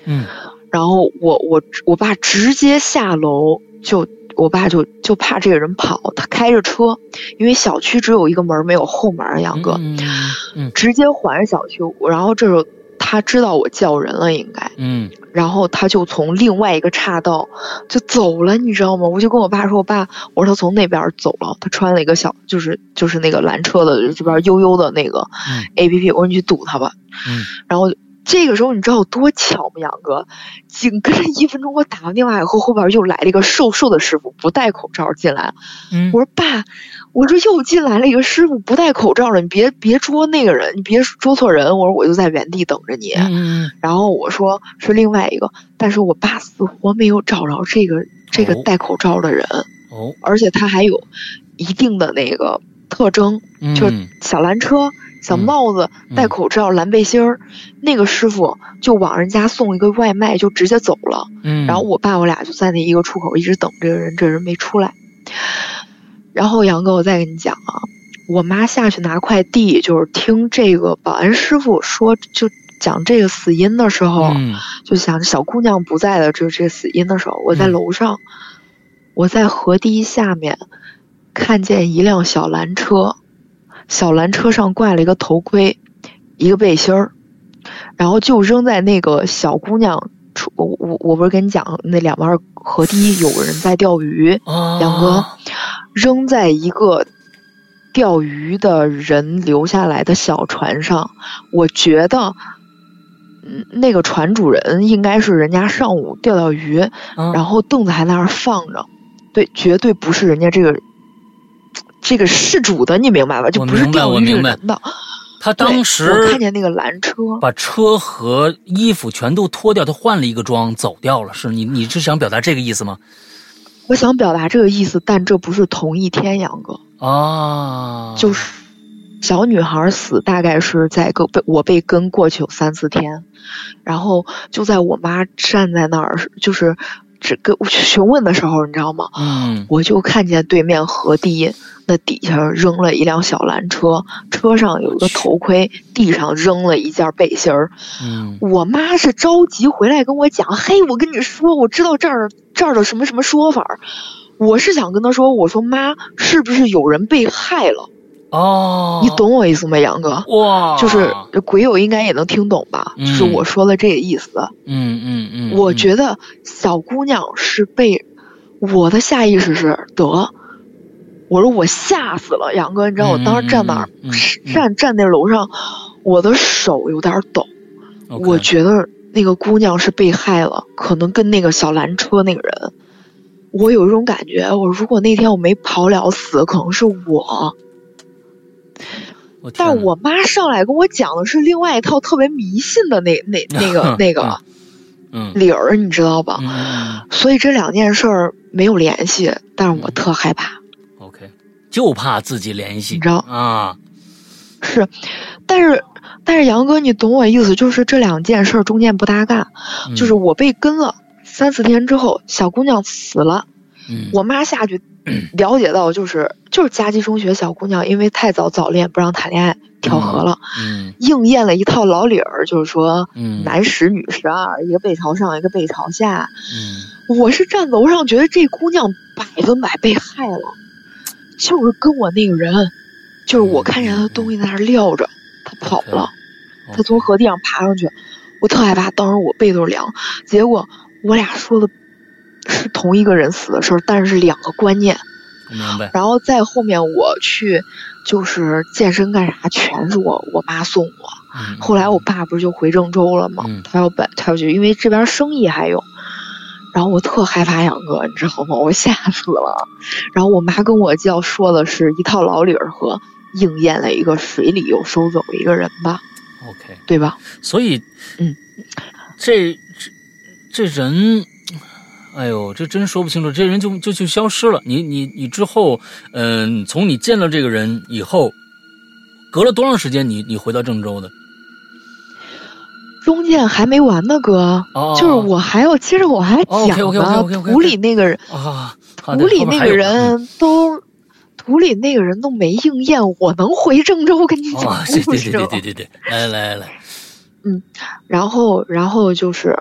Speaker 2: 然后我爸直接下楼，我爸就怕这个人跑，他开着车，因为小区只有一个门没有后门，杨哥，直接环着小区，然后这时候他知道我叫人了，应该，然后他就从另外一个岔道就走了，你知道吗？我就跟我爸说，我说他从那边走了，他穿了一个小就是那个拦车的这边悠悠的那个 APP，我说你去堵他吧，然后。这个时候你知道有多巧吗，杨哥？紧跟着1分钟，我打完电话以后，后边又来了一个瘦瘦的师傅，不戴口罩进来了。我说爸，我说又进来了一个师傅，不戴口罩了，你别捉那个人，你别捉错人。我说我就在原地等着你。然后我说是另外一个，但是我爸死活没有找着这个戴口罩的人。而且他还有一定的那个特征，就是小蓝车。小帽子，戴口罩，蓝背心儿，那个师傅就往人家送一个外卖，就直接走了。然后我爸我俩就在那一个出口一直等这个人，这人没出来。然后杨哥，我再跟你讲啊，我妈下去拿快递，就是听这个保安师傅说，就讲这个死因的时候，就想小姑娘不在的这死因的时候，我在楼上，我在河堤下面看见一辆小蓝车。小蓝车上挂了一个头盔，一个背心儿，然后就扔在那个小姑娘。我不是跟你讲，那两边河堤有人在钓鱼，杨哥，扔在一个钓鱼的人留下来的小船上。我觉得，那个船主人应该是人家上午钓鱼，然后凳子还在那儿放着，对，绝对不是人家这个事主的，你明白吧？就不是钓鱼人的。
Speaker 1: 他当时
Speaker 2: 我看见那个蓝车，
Speaker 1: 把车和衣服全都脱掉，他换了一个装走掉了。是你是想表达这个意思吗？
Speaker 2: 我想表达这个意思，但这不是同一天，杨哥。就是小女孩死大概是在我被跟过去有3-4天，然后就在我妈站在那儿，就是这个询问的时候，你知道吗？我就看见对面河堤那底下扔了一辆小蓝车，车上有一个头盔，地上扔了一件背心儿。我妈是着急回来跟我讲，嘿，我跟你说，我知道这儿的什么什么说法。我是想跟她说，我说妈，是不是有人被害了？你懂我意思吗，杨哥？
Speaker 1: 哇，
Speaker 2: 就是鬼友应该也能听懂吧？就是我说的这个意思。我觉得小姑娘是被我的下意识是我说我吓死了，杨哥，你知道我当时站那儿，站那楼上，我的手有点抖。我觉得那个姑娘是被害了，可能跟那个小蓝车那个人，我有一种感觉，我如果那天我没跑了死，可能是我。但我妈上来跟我讲的是另外一套特别迷信的那个理儿，你知道吧？所以这两件事儿没有联系，但是我特害怕。
Speaker 1: OK， 就怕自己联系，
Speaker 2: 你知道
Speaker 1: 啊？
Speaker 2: 是，但是杨哥，你懂我意思，就是这两件事中间不搭嘎，就是我被跟了3-4天之后，小姑娘死了，我妈下去了解到就是佳绩中学小姑娘因为太早恋不让谈恋爱跳河了，应验了一套老理儿，就是说男10女12，一个背朝上一个背朝下。我是站楼上觉得这姑娘100%被害了，就是跟我那个人，就是我看见他的东西在那儿撂着，他跑了，他从河堤上爬上去，我特害怕，当时我背都是凉。结果我俩说的是同一个人死的事儿，但是2个观念。
Speaker 1: 明白。
Speaker 2: 然后在后面我去就是健身干啥，全是我妈送我。后来我爸不是就回郑州了吗？他要去，因为这边生意还有。然后我特害怕杨哥，你知道吗？我吓死了。然后我妈跟我说的是一套老理儿和应验了一个水里有收走一个人吧。
Speaker 1: OK，
Speaker 2: 对吧？
Speaker 1: 所以，这人，哎呦，这真说不清楚，这人就消失了。你之后，从你见了这个人以后，隔了多长时间你回到郑州的？
Speaker 2: 中间还没完呢，哥，就是我还要接着我还讲呢。土里那个人土里那个人都没应验，我能回郑州跟你讲故事吗？
Speaker 1: 对，来，
Speaker 2: 然后就是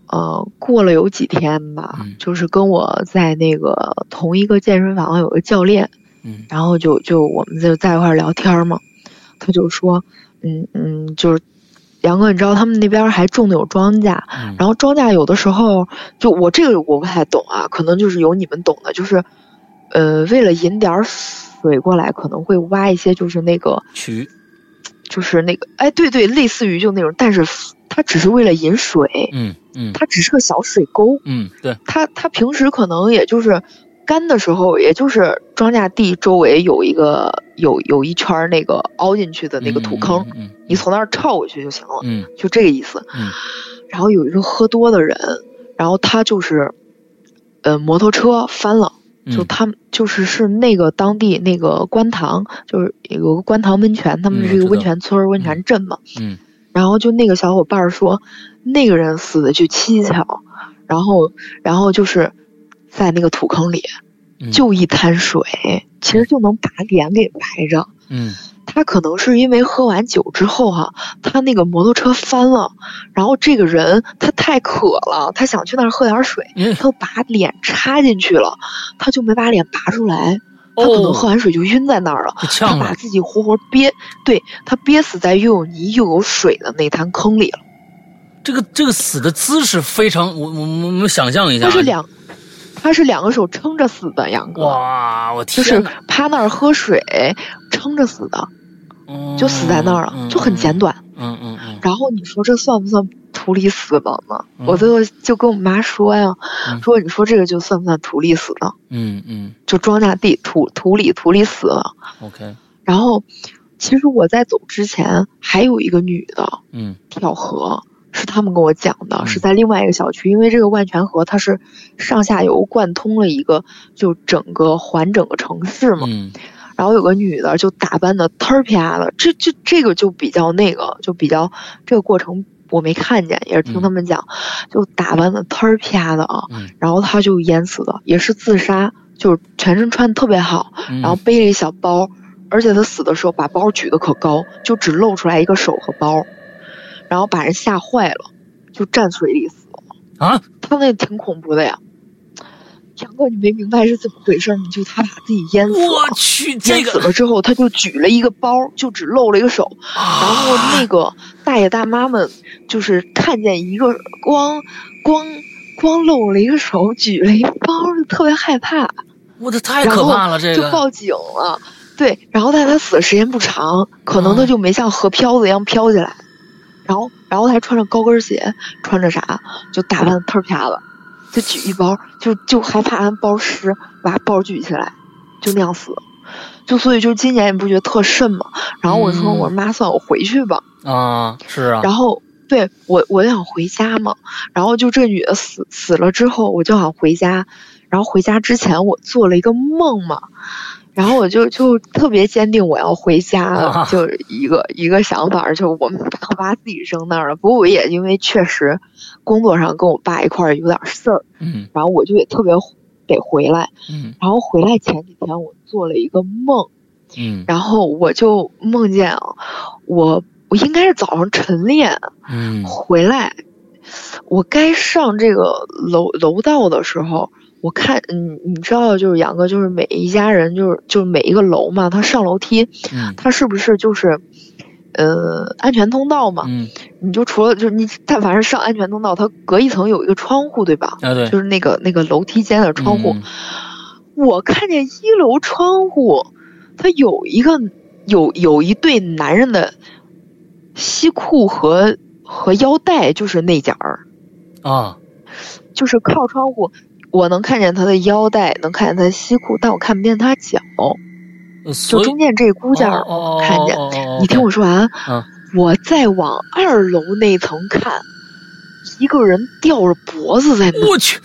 Speaker 2: 过了有几天吧，就是跟我在那个同一个健身房有个教练，然后就我们就在一块聊天嘛，他就说，就是杨哥，你知道他们那边还种的有庄稼，然后庄稼有的时候，就我这个我不太懂啊，可能就是有你们懂的，就是，为了引点水过来，可能会挖一些就是那个
Speaker 1: 渠，
Speaker 2: 就是那个，哎，对对，类似于就那种，但是它只是为了引水，它只是个小水沟，
Speaker 1: 对，
Speaker 2: 它平时可能也就是干的时候，也就是庄稼地周围有一个有一圈那个凹进去的那个土坑，你从那儿跳过去就行了，就这个意思。然后有一个喝多的人，然后他就是摩托车翻了，就他们是那个当地那个观塘，就是有个观塘温泉，他们是一个温泉村、温泉镇嘛，然后就那个小伙伴说，那个人死的就蹊跷，然后就是在那个土坑里，就一滩水，其实就能把脸给埋着。他可能是因为喝完酒之后他那个摩托车翻了，然后这个人他太渴了，他想去那儿喝点水，他就把脸插进去了，他就没把脸拔出来。他可能喝完水就晕在那儿了，他把自己活活他憋死在又有泥又有水的那滩坑里了。
Speaker 1: 这个死的姿势非常，我们想象一下，
Speaker 2: 他是两个手撑着死的，杨哥。
Speaker 1: 哇，我天！
Speaker 2: 就是趴那儿喝水，撑着死的，就死在那儿了，就很简短。然后你说这算不算土里死的呢？我最后就跟我妈说呀，说你说这个就算不算土里死的？就庄稼地土里死了。
Speaker 1: OK。
Speaker 2: 然后其实我在走之前还有一个女的，跳河。是他们跟我讲的，是在另外一个小区，因为这个万泉河它是上下游贯通了一个就整个城市嘛，然后有个女的就打扮的忒儿啪的，这个就比较那个，就比较这个过程我没看见，也是听他们讲，就打扮的忒儿啪的然后她就淹死的，也是自杀，就是全身穿的特别好，然后背了一小包，而且她死的时候把包举得可高，就只露出来一个手和包。然后把人吓坏了，就站水里死了
Speaker 1: 啊！
Speaker 2: 他那挺恐怖的呀，杨哥，你没明白是怎么回事吗？就他把自己淹死了，
Speaker 1: 我去，
Speaker 2: 淹死了之后，他就举了一个包，就只露了一个手，然后那个大爷大妈们就是看见一个光露了一个手，举了一个包，就特别害怕。
Speaker 1: 我的太可怕了，这个
Speaker 2: 就报警了。对，然后但他死的时间不长，可能他就没像河漂子一样飘起来。然后他还穿着高跟鞋，穿着啥，就打扮的忒啪的，就举一包，就害怕俺包湿，把包举起来，就那样死。就所以就今年你不觉得特瘆吗？然后我说我妈算我回去吧。
Speaker 1: 是啊。
Speaker 2: 然后对我就想回家嘛，然后就这女的死了之后，我就想回家，然后回家之前我做了一个梦嘛。然后我就特别坚定我要回家了，就是一个想法，就我把自己扔那儿了。不过我也因为确实工作上跟我爸一块儿有点事儿，然后我就也特别得回来，然后回来前几天我做了一个梦，然后我就梦见我应该是早上晨练，回来我该上这个楼道的时候。我看，你知道，就是杨哥，就是每一家人，就是每一个楼嘛，他上楼梯，他是不是就是，安全通道嘛？你就除了就是你，但凡是上安全通道，它隔一层有一个窗户，对吧？
Speaker 1: 对，
Speaker 2: 就是那个楼梯间的窗户。我看见1楼窗户，它有一对男人的西裤和腰带，就是那件儿就是靠窗户。我能看见他的腰带，能看见他的西裤，但我看不见他脚，就中间这骨架看见。你听我说完，我再往2楼那层看，一个人吊着脖子在那。
Speaker 1: 我去，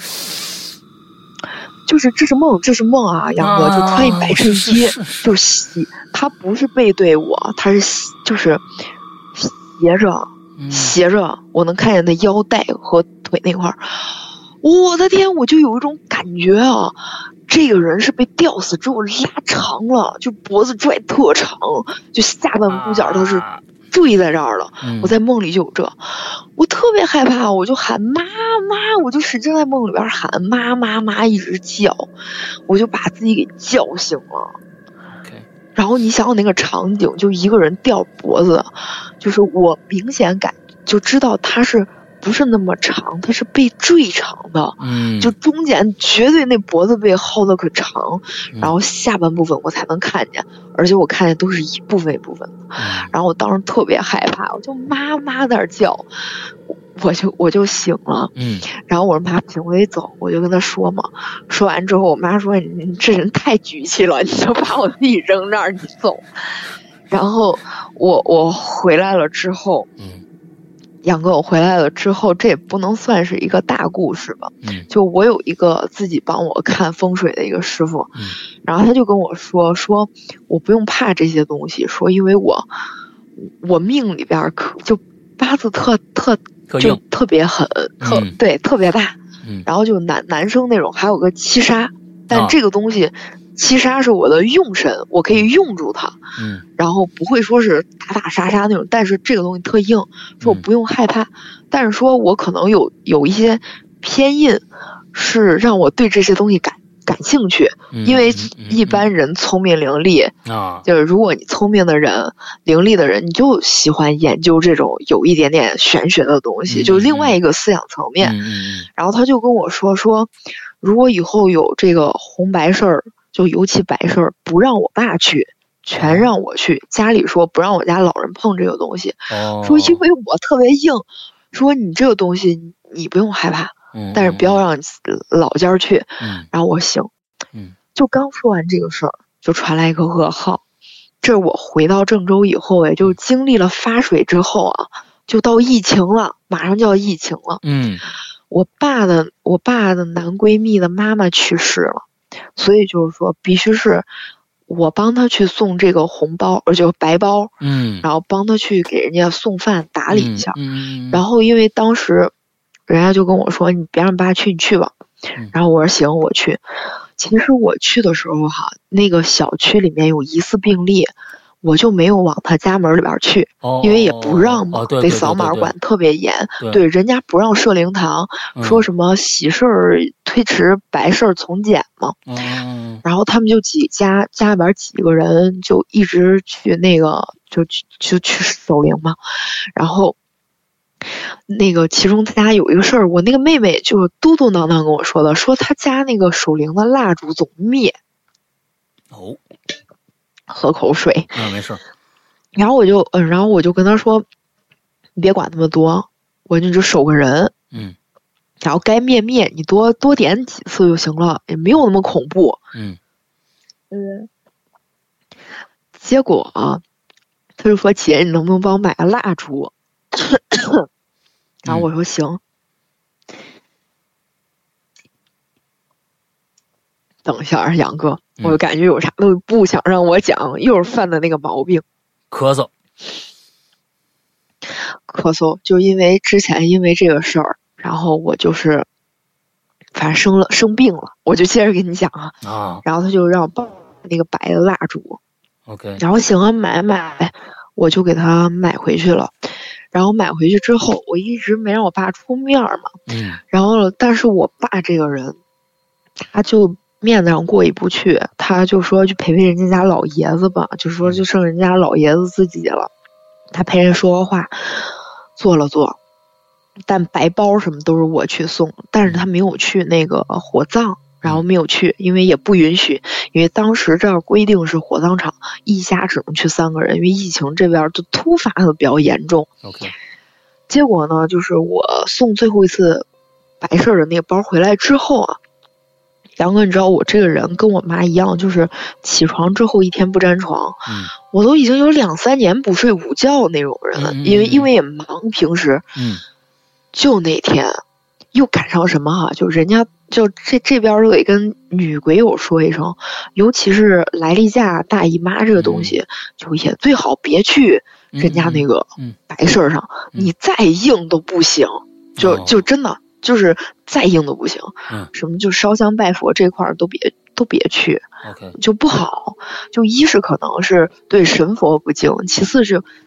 Speaker 2: 就是这是梦啊，杨哥，就穿一白衬衣，就他不是背对我，他是就是斜着，我能看见他腰带和腿那块儿。我的天，我就有一种感觉啊，这个人是被吊死之后拉长了，就脖子拽特长，就下半骨角都是坠在这儿了。我在梦里就有这，我特别害怕，我就喊妈妈，我就使劲在梦里边喊妈妈妈，一直叫，我就把自己给叫醒了。然后你想想那个场景，就一个人吊脖子，就是我明显就知道他是不是那么长，他是被坠长的，就中间绝对那脖子被薅的可长，然后下半部分我才能看见，而且我看见都是一部分一部分的，然后我当时特别害怕，我就妈妈在那叫，我就醒了，然后我说妈不行，我得走，我就跟他说嘛，说完之后我妈说你这人太局气了，你就把我自己扔那儿你走，然后我回来了之后，杨哥我回来了之后，这也不能算是一个大故事吧，就我有一个自己帮我看风水的一个师傅，然后他就跟我说我不用怕这些东西，说因为我命里边就八字就特别狠，对，特别大，然后就男生那种，还有个七杀，但这个东西七杀是我的用神，我可以用住它，然后不会说是打打杀杀那种，但是这个东西特硬，说我不用害怕，但是说我可能有一些偏印，是让我对这些东西感兴趣，因为一般人聪明伶俐就是如果你聪明的人、伶俐的人，你就喜欢研究这种有一点点玄学的东西，就另外一个思想层面。然后他就跟我说，如果以后有这个红白事儿，就尤其白事儿，不让我爸去，全让我去。家里说不让我家老人碰这个东西，说因为我特别硬，说你这个东西你不用害怕。但是不要让老家去，然后我行，就刚说完这个事儿，就传来一个噩耗。这我回到郑州以后，也就经历了发水之后啊，就到疫情了，马上就要疫情了。我爸的男闺蜜的妈妈去世了，所以就是说必须是我帮他去送这个红包，就白包，然后帮他去给人家送饭打理一下。然后因为当时人家就跟我说你别让爸去，你去吧。然后我说行，我去。其实我去的时候哈，那个小区里面有疑似病例，我就没有往他家门里边去，因为也不让嘛，得扫码管特别严。对，人家不让设灵堂，说什么喜事儿推迟，白事儿从简嘛。然后他们就家里边几个人就一直去那个就去守灵嘛，然后。那个其中他家有一个事儿，我那个妹妹就嘟嘟囔囔跟我说的，说他家那个守灵的蜡烛总灭。喝口水。
Speaker 1: 没事。
Speaker 2: 然后我就跟他说，你别管那么多，我就守个人。然后该灭，你多点几次就行了，也没有那么恐怖。结果啊，他就说姐，你能不能帮我买个蜡烛？然后我说行。等一下，杨哥，我就感觉有啥都不想让我讲，又是犯的那个毛病。
Speaker 1: 咳
Speaker 2: 嗽，就因为之前因为这个事儿，然后我就是反正生病了，我就接着跟你讲啊。然后他就让我帮那个白的蜡烛。然后行啊，买，我就给他买回去了。然后买回去之后，我一直没让我爸出面嘛。然后但是我爸这个人，他就面子上过意不去，他就说去陪人家老爷子吧，就说就剩人家老爷子自己了。他陪人说话，做了做，但白包什么都是我去送，但是他没有去那个火葬，然后没有去，因为也不允许，因为当时这儿规定是火葬场一家只能去3个人，因为疫情这边就突发的比较严重。结果呢，就是我送最后一次白事的那个包回来之后啊，杨哥，你知道我这个人跟我妈一样，就是起床之后1天不沾床。我都已经有2-3年不睡午觉那种人了，因为也忙，平时。就那天又赶上什么就人家就这边都得跟女鬼友说一声，尤其是来例假、大姨妈这个东西，就也最好别去人家那个白事上，你再硬都不行，就真的就是再硬都不行。什么就烧香拜佛这块都别去，就不好。就一是可能是对神佛不敬，其次是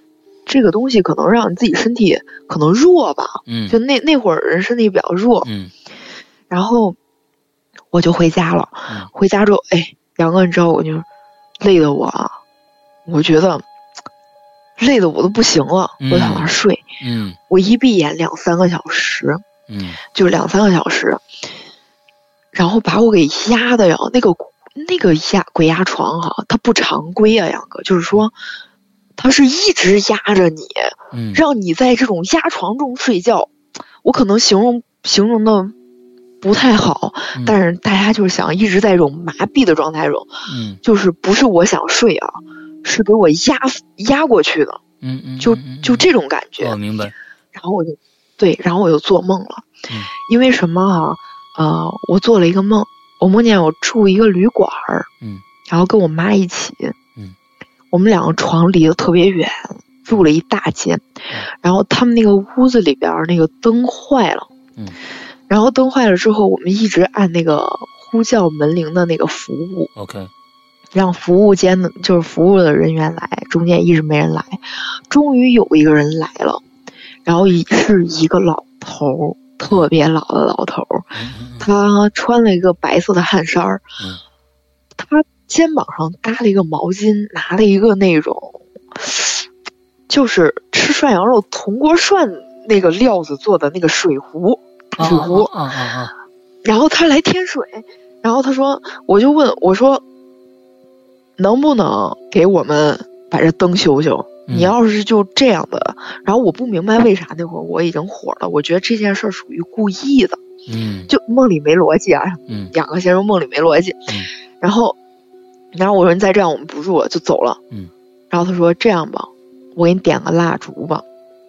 Speaker 2: 这个东西可能让你自己身体可能弱吧，就那会儿人身体比较弱，然后我就回家了，回家之后，杨哥，你知道我就累的我觉得累的我都不行了，我躺那睡，我一闭眼2-3个小时，就2-3个小时，然后把我给压的呀，那个鬼压床哈，它不常规啊，杨哥，就是说，它是一直压着你，让你在这种压床中睡觉。我可能形容的不太好，但是大家就是想一直在这种麻痹的状态中，就是不是我想睡啊，是给我压过去的，就这种感觉。
Speaker 1: 哦，明白。
Speaker 2: 然后我就做梦了，因为什么啊？我做了一个梦。我梦见我住一个旅馆，然后跟我妈一起，我们2个床离得特别远，住了一大间，然后他们那个屋子里边那个灯坏了，然后灯坏了之后，我们一直按那个呼叫门铃的那个服务
Speaker 1: ，OK，
Speaker 2: 让服务间的就是服务的人员来，中间一直没人来，终于有一个人来了，然后是一个老头，特别老的老头，他穿了一个白色的汗衫，他肩膀上搭了一个毛巾，拿了一个那种就是吃涮羊肉铜锅涮那个料子做的那个水壶，大水壶，然后他来添水，然后他说，我就问我说，能不能给我们把这灯修修？你要是就这样的，然后我不明白为啥那会儿我已经火了，我觉得这件事属于故意的，就梦里没逻辑啊，2个先生梦里没逻辑，然后我说你再这样我们不住了就走了，然后他说这样吧，我给你点个蜡烛吧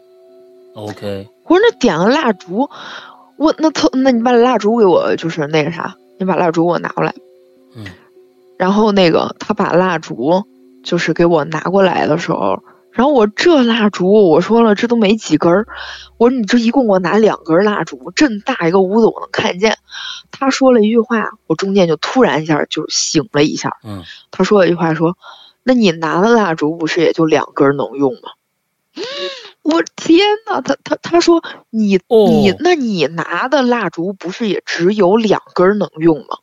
Speaker 1: ，OK，
Speaker 2: 我说那点个蜡烛，那你把蜡烛给我就是那个啥，你把蜡烛给我拿过来，然后那个他把蜡烛就是给我拿过来的时候。然后我这蜡烛，我说了这都没几根儿，我说你这一共给我拿2根蜡烛，这么大一个屋子我能看见。他说了一句话，我中间就突然一下就醒了一下。他说了一句话说，那你拿的蜡烛不是也就2根能用吗？我天哪，他说那你拿的蜡烛不是也只有2根能用吗？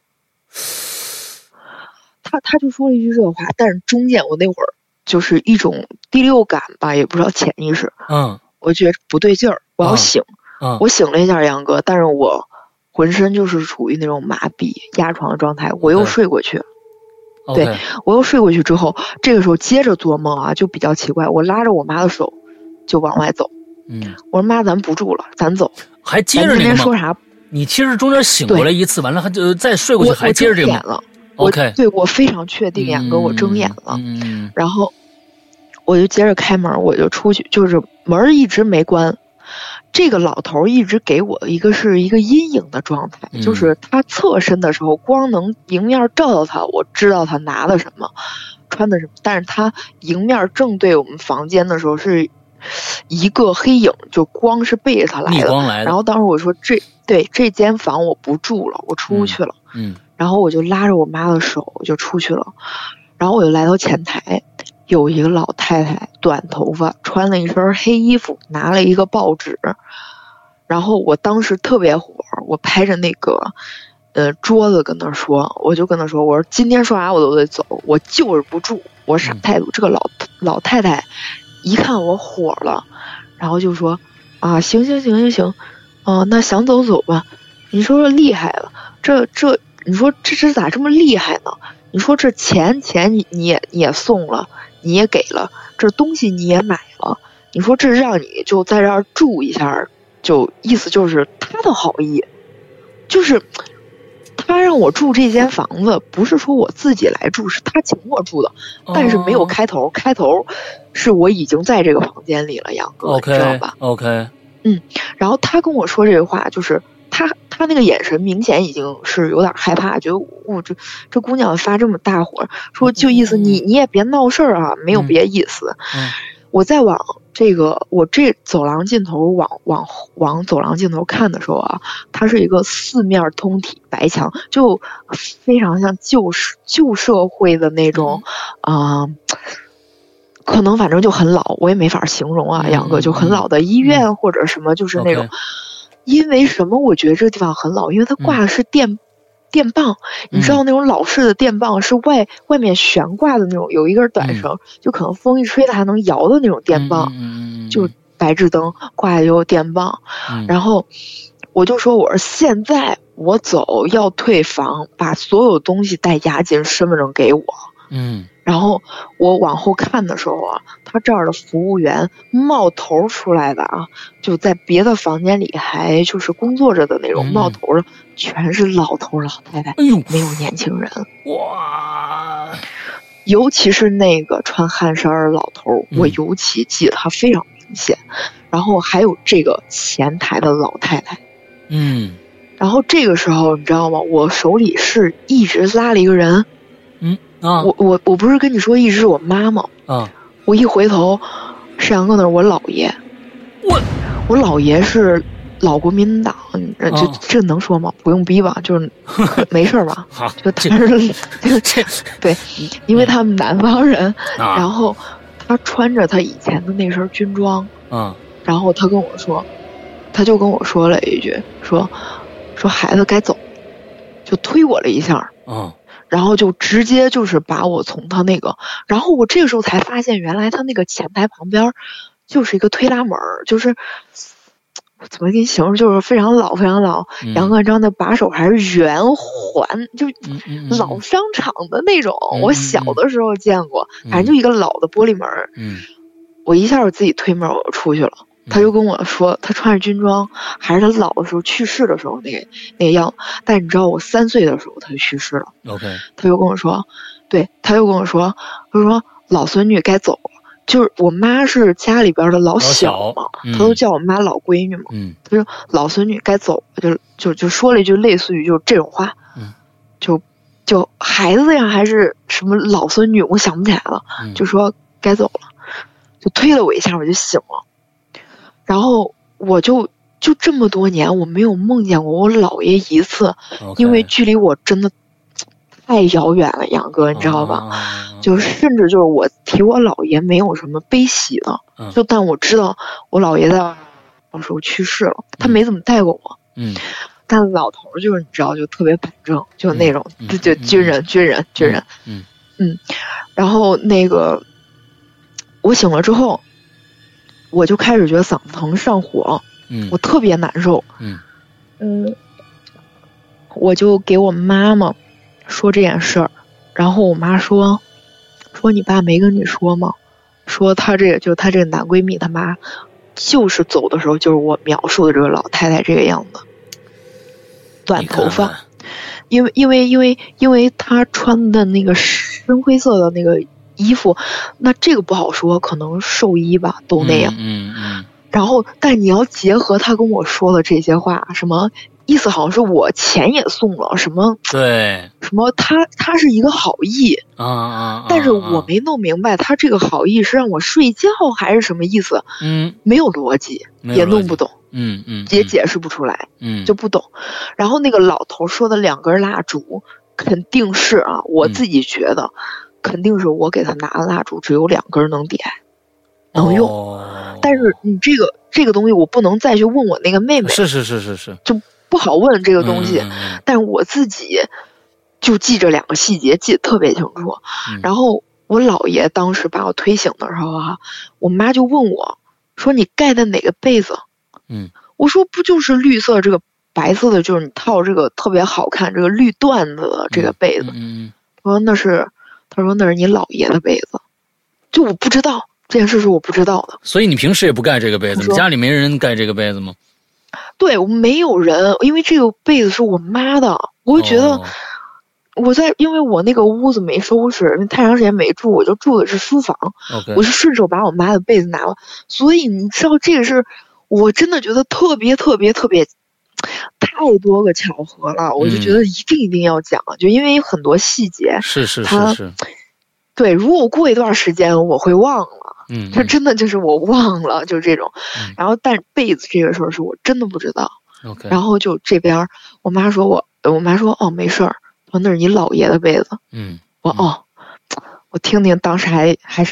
Speaker 2: 他就说了一句这话，但是中间我那会儿。就是一种第6感吧，也不知道潜意识。我觉得不对劲儿，我要醒。我醒了一下，杨哥，但是我浑身就是处于那种麻痹压床的状态，我又睡过去了。对，我又睡过去之后，这个时候接着做梦啊，就比较奇怪。我拉着我妈的手就往外走。我说妈，咱不住了，咱走。
Speaker 1: 还接着那个梦。今
Speaker 2: 天说啥？
Speaker 1: 你其实中间醒过来一次，完了还就再睡过去，还接着这个梦。
Speaker 2: 我睁眼了。
Speaker 1: OK，
Speaker 2: 对，我非常确定，杨哥，我睁眼了，然后我就接着开门，我就出去，就是门一直没关。这个老头一直给我一个阴影的状态，就是他侧身的时候，光能迎面照到他，我知道他拿了什么，穿的什么，但是他迎面正对我们房间的时候是一个黑影，就光是背着他来的，
Speaker 1: 逆光来的。
Speaker 2: 然后当时我说这间房我不住了，我出去了。然后我就拉着我妈的手就出去了，然后我就来到前台，有一个老太太，短头发，穿了一身黑衣服，拿了一个报纸，然后我当时特别火，我拍着那个桌子跟她说，我就跟她说，我说今天说啥我都得走，我就是不住，我啥态度。这个老太太一看我火了，然后就说啊，行，那想走走吧，你说厉害了，这你说这咋这么厉害呢？你说这钱你也送了，你也给了，这东西你也买了，你说这让你就在这儿住一下，就意思就是他的好意，就是他让我住这间房子，不是说我自己来住，是他请我住的，但是没有开头，开头是我已经在这个房间里了，杨哥，
Speaker 1: OK，
Speaker 2: 知道吧
Speaker 1: ？OK，
Speaker 2: 然后他跟我说这个话，就是他那个眼神明显已经是有点害怕，觉得我这姑娘发这么大火，说就意思你也别闹事儿啊，没有别意思。我再往我这走廊尽头往走廊尽头看的时候啊，它是一个4面通体白墙，就非常像旧社会的那种可能反正就很老，我也没法形容啊，杨哥，就很老的医院或者什么，就是那种。因为什么？我觉得这个地方很老，因为它挂的是电棒，你知道那种老式的电棒是外面悬挂的那种，有一根短绳，就可能风一吹它还能摇的那种电棒，就白炽灯挂的有电棒，然后我就说我说现在我走要退房，把所有东西带押金、身份证给我，然后我往后看的时候啊，他这儿的服务员冒头出来的啊，就在别的房间里还就是工作着的那种冒头的，全是老头老太太，没有年轻人。哇！尤其是那个穿汗衫的老头，我尤其记得他非常明显。然后还有这个前台的老太太，然后这个时候你知道吗？我手里是一直拉了一个人。我不是跟你说一直是我妈吗？我一回头，是杨哥那儿我姥爷，我姥爷是老国民党，就这能说吗？不用逼吧，就是没事吧？就他是对，因为他们南方人，然后他穿着他以前的那身军装，然后他跟我说，他就跟我说了一句，说孩子该走，就推我了一下，然后就直接就是把我从他那个，然后我这个时候才发现，原来他那个前台旁边就是一个推拉门，就是怎么给你形容，就是非常老非常老。杨冠章的把手还是圆环，就老商场的那种，我小的时候见过，反正就一个老的玻璃门。我一下我自己推门我出去了。他就跟我说，他穿着军装，还是他老的时候去世的时候那个样。但你知道，我3岁的时候他就去世了。他就跟我说，对，他就跟我说，他说老孙女该走了。就是我妈是家里边的老小嘛，他都叫我妈老闺女嘛。他说老孙女该走了，就说了一句类似于就这种话。就孩子呀，还是什么老孙女，我想不起来了。就说该走了，就推了我一下，我就醒了。然后我就这么多年，我没有梦见过我姥爷一次，因为距离我真的太遥远了，杨哥，你知道吧？就甚至就是我提我姥爷没有什么悲喜的，但我知道我姥爷在那时候去世了，他没怎么带过我，但老头就是你知道，就特别板正，就那种就军人，然后那个我醒了之后。我就开始觉得嗓子疼上火，我特别难受，我就给我妈妈说这件事儿，然后我妈说你爸没跟你说吗？说他这个男闺蜜他妈就是走的时候就是我描述的这个老太太这个样子，短头发，因为她穿的那个深灰色的那个衣服，那这个不好说，可能寿衣吧，都那样。然后，但你要结合他跟我说的这些话，什么意思？好像是我钱也送了，什么
Speaker 1: 对，
Speaker 2: 什么他是一个好意但是我没弄明白，他这个好意是让我睡觉还是什么意思？没有逻辑，也弄不懂，也解释不出来，就不懂。然后那个老头说的2根蜡烛，肯定是啊，我自己觉得。肯定是我给他拿的蜡烛，只有2根能点，能用。但是你这个东西，我不能再去问我那个妹妹，
Speaker 1: 是，
Speaker 2: 就不好问这个东西。但是我自己就记着2个细节，记得特别清楚。然后我姥爷当时把我推醒的时候啊，我妈就问我说：“你盖的哪个被子？”我说：“不就是绿色这个白色的，就是你套这个特别好看这个绿缎子的这个被子。”我说：“他说那是你姥爷的被子，就我不知道这件事是我不知道的。
Speaker 1: 所以你平时也不盖这个被子？你家里没人盖这个被子吗？
Speaker 2: 对，我没有人，因为这个被子是我妈的，我就觉得因为我那个屋子没收拾，因为太长时间没住，我就住的是书房，我是顺手把我妈的被子拿了，所以你知道这个是我真的觉得特别太多个巧合了，我就觉得一定要讲，就因为很多细节
Speaker 1: 是，
Speaker 2: 对，如果过一段时间我会忘了，这真的就是我忘了，就这种，然后但是被子这个事儿是我真的不知道，然后就这边我妈说哦没事儿，说那是你姥爷的被子，我听听当时还是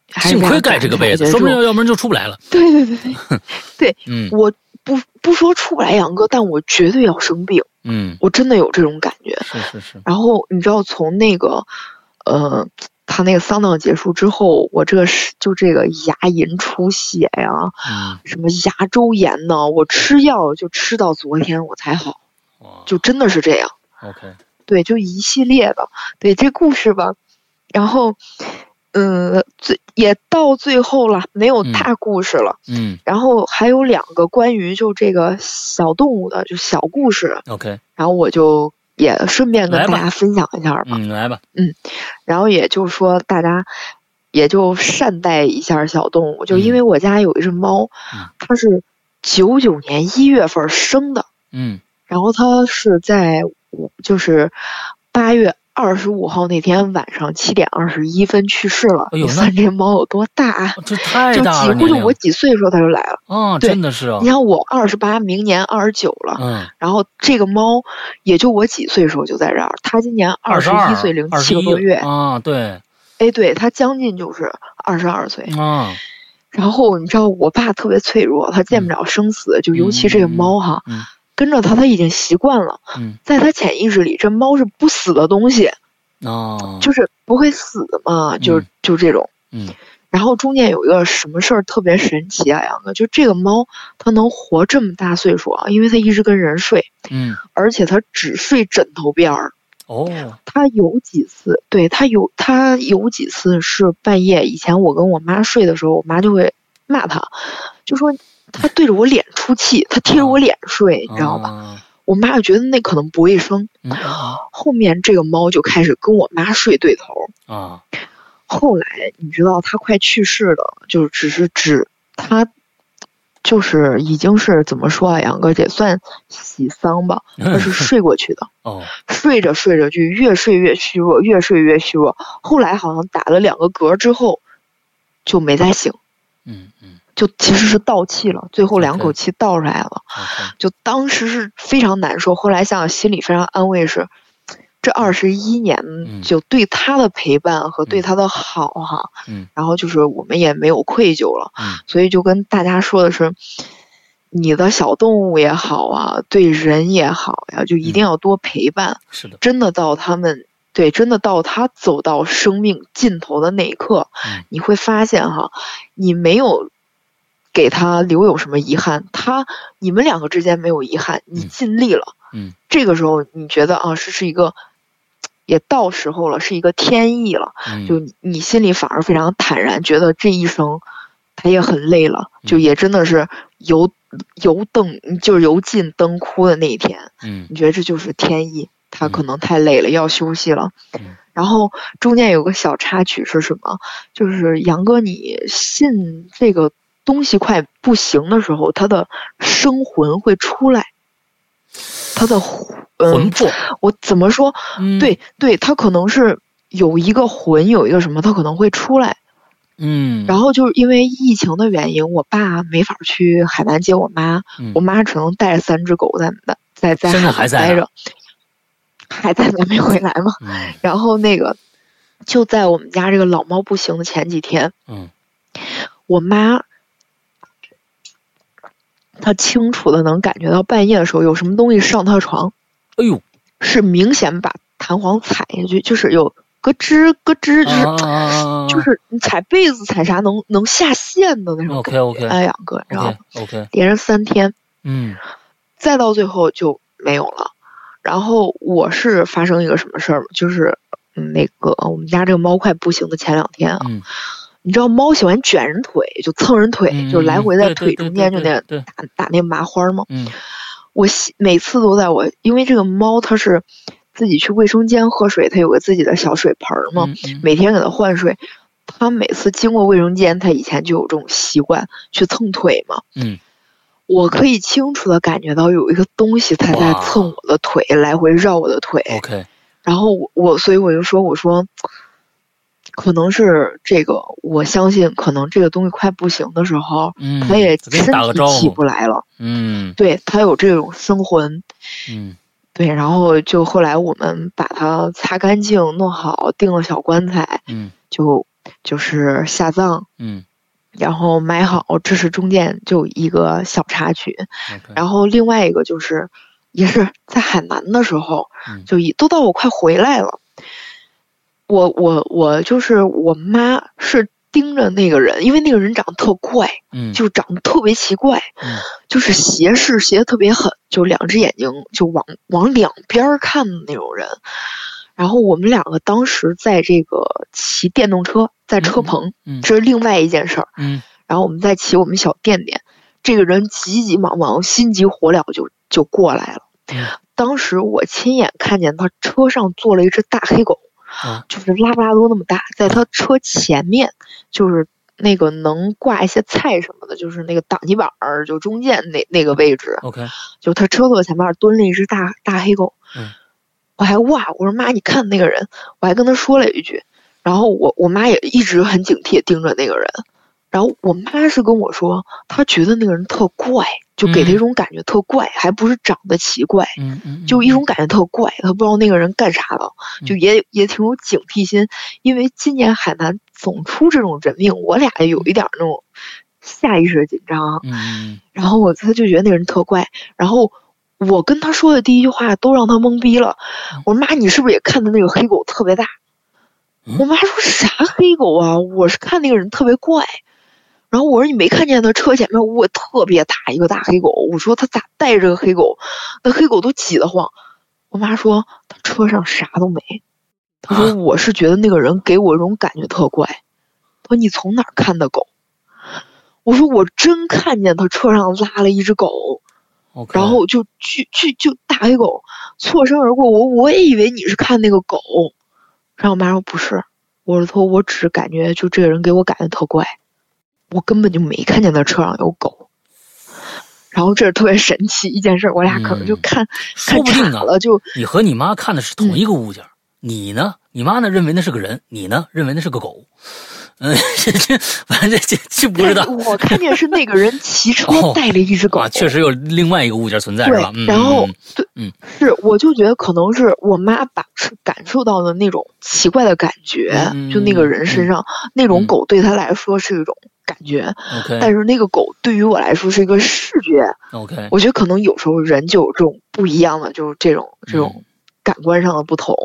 Speaker 1: 幸亏盖这个被子，说不定要不然就出不来了。
Speaker 2: 对，对，我不说出不来杨哥，但我绝对要生病。我真的有这种感觉。
Speaker 1: 是。
Speaker 2: 然后你知道，从那个他那个丧葬结束之后，我这个牙龈出血呀，什么牙周炎呢，我吃药就吃到昨天我才好，就真的是这样。
Speaker 1: OK，
Speaker 2: 对，就一系列的，对这故事吧，然后也到最后了，没有大故事了。然后还有2个关于就这个小动物的就小故事。
Speaker 1: OK，
Speaker 2: 然后我就也顺便跟大家分享一下吧。
Speaker 1: 来吧。
Speaker 2: 然后也就是说大家也就善待一下小动物，就因为我家有一只猫，它是99年1月份生的。然后它是在就是8月25号那天晚上7点21分去世了。你算这猫有多大？
Speaker 1: 这太大了，
Speaker 2: 就几乎就我几岁的时候它就来了。对，
Speaker 1: 真的是。
Speaker 2: 你看我28，明年29了。然后这个猫也就我几岁的时候就在这儿，它今年21岁07个多月。
Speaker 1: 对。
Speaker 2: 哎，对，它将近就是22岁。然后你知道我爸特别脆弱，他见不了生死，就尤其这个猫哈。跟着他已经习惯了。在他潜意识里，这猫是不死的东西。就是不会死的嘛，就这种。然后中间有一个什么事儿特别神奇啊，杨哥，就这个猫它能活这么大岁数啊，因为它一直跟人睡。而且它只睡枕头边儿。它有几次，对，它有几次是半夜，以前我跟我妈睡的时候，我妈就会骂它，就说他对着我脸出气，他贴着我脸睡，你知道吧？我妈就觉得那可能不卫生。后面这个猫就开始跟我妈睡对头。后来你知道他快去世了，就是他就是已经是怎么说啊，杨哥，也算喜丧吧，他是睡过去的。睡着睡着就越睡越虚弱，越睡越虚弱。后来好像打了2个嗝之后就没再醒。就其实是倒气了，最后2口气倒出来了。就当时是非常难受，后来想想心里非常安慰，是这21年就对他的陪伴和对他的好哈。然后就是我们也没有愧疚了。所以就跟大家说的是，你的小动物也好啊，对人也好呀，就一定要多陪伴。
Speaker 1: 是的，
Speaker 2: 真的到他走到生命尽头的那一刻，你会发现哈，你没有给他留有什么遗憾，你们2个之间没有遗憾，你尽力了。这个时候你觉得啊，是一个也到时候了，是一个天意了。就你心里反而非常坦然，觉得这一生他也很累了，就也真的是油尽灯枯的那一天。你觉得这就是天意，他可能太累了，要休息了。然后中间有个小插曲是什么？就是杨哥，你信这个东西快不行的时候，他的生魂会出来，他的
Speaker 1: 魂魄，
Speaker 2: 我怎么说？对，他可能是有一个魂，有一个什么，他可能会出来。然后就是因为疫情的原因，我爸没法去海南接我妈，我妈只能带着3只狗在海南待着，还在咱没回来嘛。然后那个就在我们家这个老猫不行的前几天，我妈她清楚的能感觉到半夜的时候有什么东西上她的床。
Speaker 1: 哎呦，
Speaker 2: 是明显把弹簧踩下去，就是有咯吱咯吱，就是你踩被子踩啥能下线的那种感觉。
Speaker 1: OK，
Speaker 2: 哎呀哥，然后
Speaker 1: OK，
Speaker 2: 连着3天，再到最后就没有了。然后我是发生一个什么事儿，就是那个我们家这个猫快不行的前2天啊，你知道猫喜欢卷人腿，就蹭人腿，就来回在腿中间就那打那麻花吗？我每次都因为这个猫它是自己去卫生间喝水，它有个自己的小水盆嘛，每天给它换水。它每次经过卫生间，它以前就有这种习惯去蹭腿嘛。我可以清楚的感觉到有一个东西它在蹭我的腿，来回绕我的腿。然后所以我就说，我说可能是这个，我相信可能这个东西快不行的时候，它也身体起不来了。对，它有这种生魂。对，然后就后来我们把它擦干净、弄好，订了小棺材，就就是下葬，然后埋好，这是中间就一个小插曲。然后另外一个就是也是在海南的时候，就都到我快回来了，我就是我妈是盯着那个人，因为那个人长得特怪，就长得特别奇怪，就是斜视斜得特别狠，就两只眼睛就往两边看的那种人。然后我们两个当时在这个骑电动车，在车棚，这是另外一件事儿。然后我们在骑我们小电电，这个人急急忙忙、心急火燎就过来了。当时我亲眼看见他车上坐了一只大黑狗，就是拉布拉多那么大，在他车前面就是那个能挂一些菜什么的，就是那个挡泥板儿，就中间那个位置。就他车座前面蹲了一只大黑狗。我还我说妈，你看那个人，我还跟他说了一句，然后我妈也一直很警惕盯着那个人，然后我妈是跟我说，她觉得那个人特怪，就给她一种感觉特怪，还不是长得奇怪，就一种感觉特怪，她不知道那个人干啥的，就也挺有警惕心，因为今年海南总出这种人命，我俩也有一点那种下意识紧张，然后她就觉得那个人特怪，然后我跟他说的第一句话都让他懵逼了。我说妈，你是不是也看的那个黑狗特别大？我妈说啥黑狗啊？我是看那个人特别怪。然后我说你没看见他车前面我特别大一个大黑狗？我说他咋带着个黑狗？那黑狗都挤得慌。我妈说他车上啥都没。她说我是觉得那个人给我一种感觉特怪。她说你从哪儿看的狗？我说我真看见他车上拉了一只狗。然后就大黑狗错身而过，我也以为你是看那个狗，然后我妈说不是，我说我只是感觉就这个人给我感觉特怪，我根本就没看见他车上有狗。然后这是特别神奇一件事，我俩可能就看岔了，就
Speaker 1: 你和你妈看的是同一个物件，你呢？你妈呢认为那是个人，你呢认为那是个狗。反正这不知道。
Speaker 2: 我看见是那个人骑车带了一只狗，
Speaker 1: 确实有另外一个物件存在，是吧？
Speaker 2: 然后是我就觉得可能是我妈是感受到的那种奇怪的感觉，就那个人身上那种狗对她来说是一种感觉，但是那个狗对于我来说是一个视觉。我觉得可能有时候人就有这种不一样的，就是这种感官上的不同。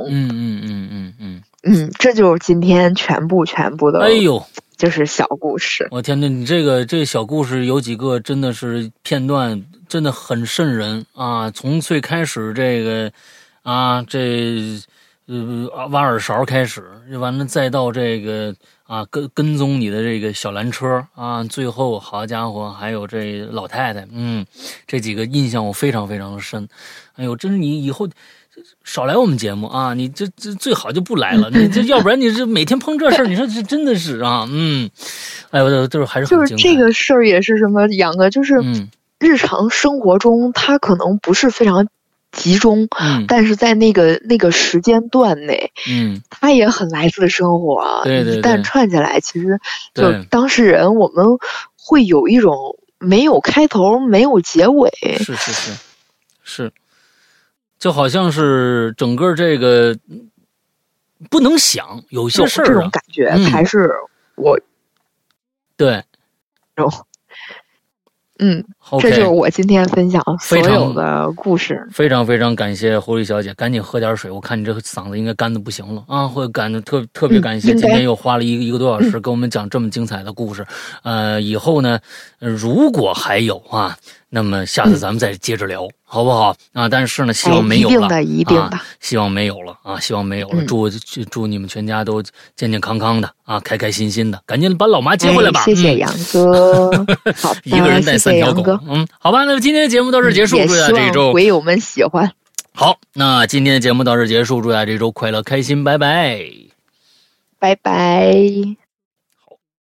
Speaker 2: 这就是今天全部的，
Speaker 1: 哎呦，
Speaker 2: 就是小故事。
Speaker 1: 我天哪，你这个小故事有几个真的是片段，真的很瘆人啊！从最开始这个挖耳勺开始，完了再到这个跟踪你的这个小蓝车啊，最后好家伙还有这老太太，这几个印象我非常非常的深。哎呦，真是你以后少来我们节目啊！你这最好就不来了，你这要不然你这每天碰这事儿，你说这真的是啊，哎呦，就是还是很
Speaker 2: 就是这个事儿也是什么杨哥，就是日常生活中它可能不是非常集中，但是在那个时间段内，它也很来自生活。
Speaker 1: 对，
Speaker 2: 一旦串起来，其实就当事人我们会有一种没有开头没有结尾。
Speaker 1: 是。就好像是整个这个不能想，有些事儿
Speaker 2: 这种感觉才是我
Speaker 1: 对。
Speaker 2: 这就是我今天分享所有的故事。
Speaker 1: 非常非常感谢狐狸小姐，赶紧喝点水，我看你这个嗓子应该干的不行了啊！会感的特别感谢，今天又花了一个多小时跟我们讲这么精彩的故事。以后呢，如果还有那么下次咱们再接着聊，好不好啊？但是呢，希望没有了，
Speaker 2: 一定的，
Speaker 1: 希望没有了啊！希望没有了。祝你们全家都健健康康的啊，开开心心的，赶紧把老妈接回来吧。
Speaker 2: 谢谢杨哥，好的，
Speaker 1: 一个人带3条狗，好吧，那么今天的节目到这结束，祝大家这一周
Speaker 2: 鬼友们喜欢。
Speaker 1: 好，那今天的节目到这结束，祝大家这周快乐开心，拜拜，
Speaker 2: 拜拜。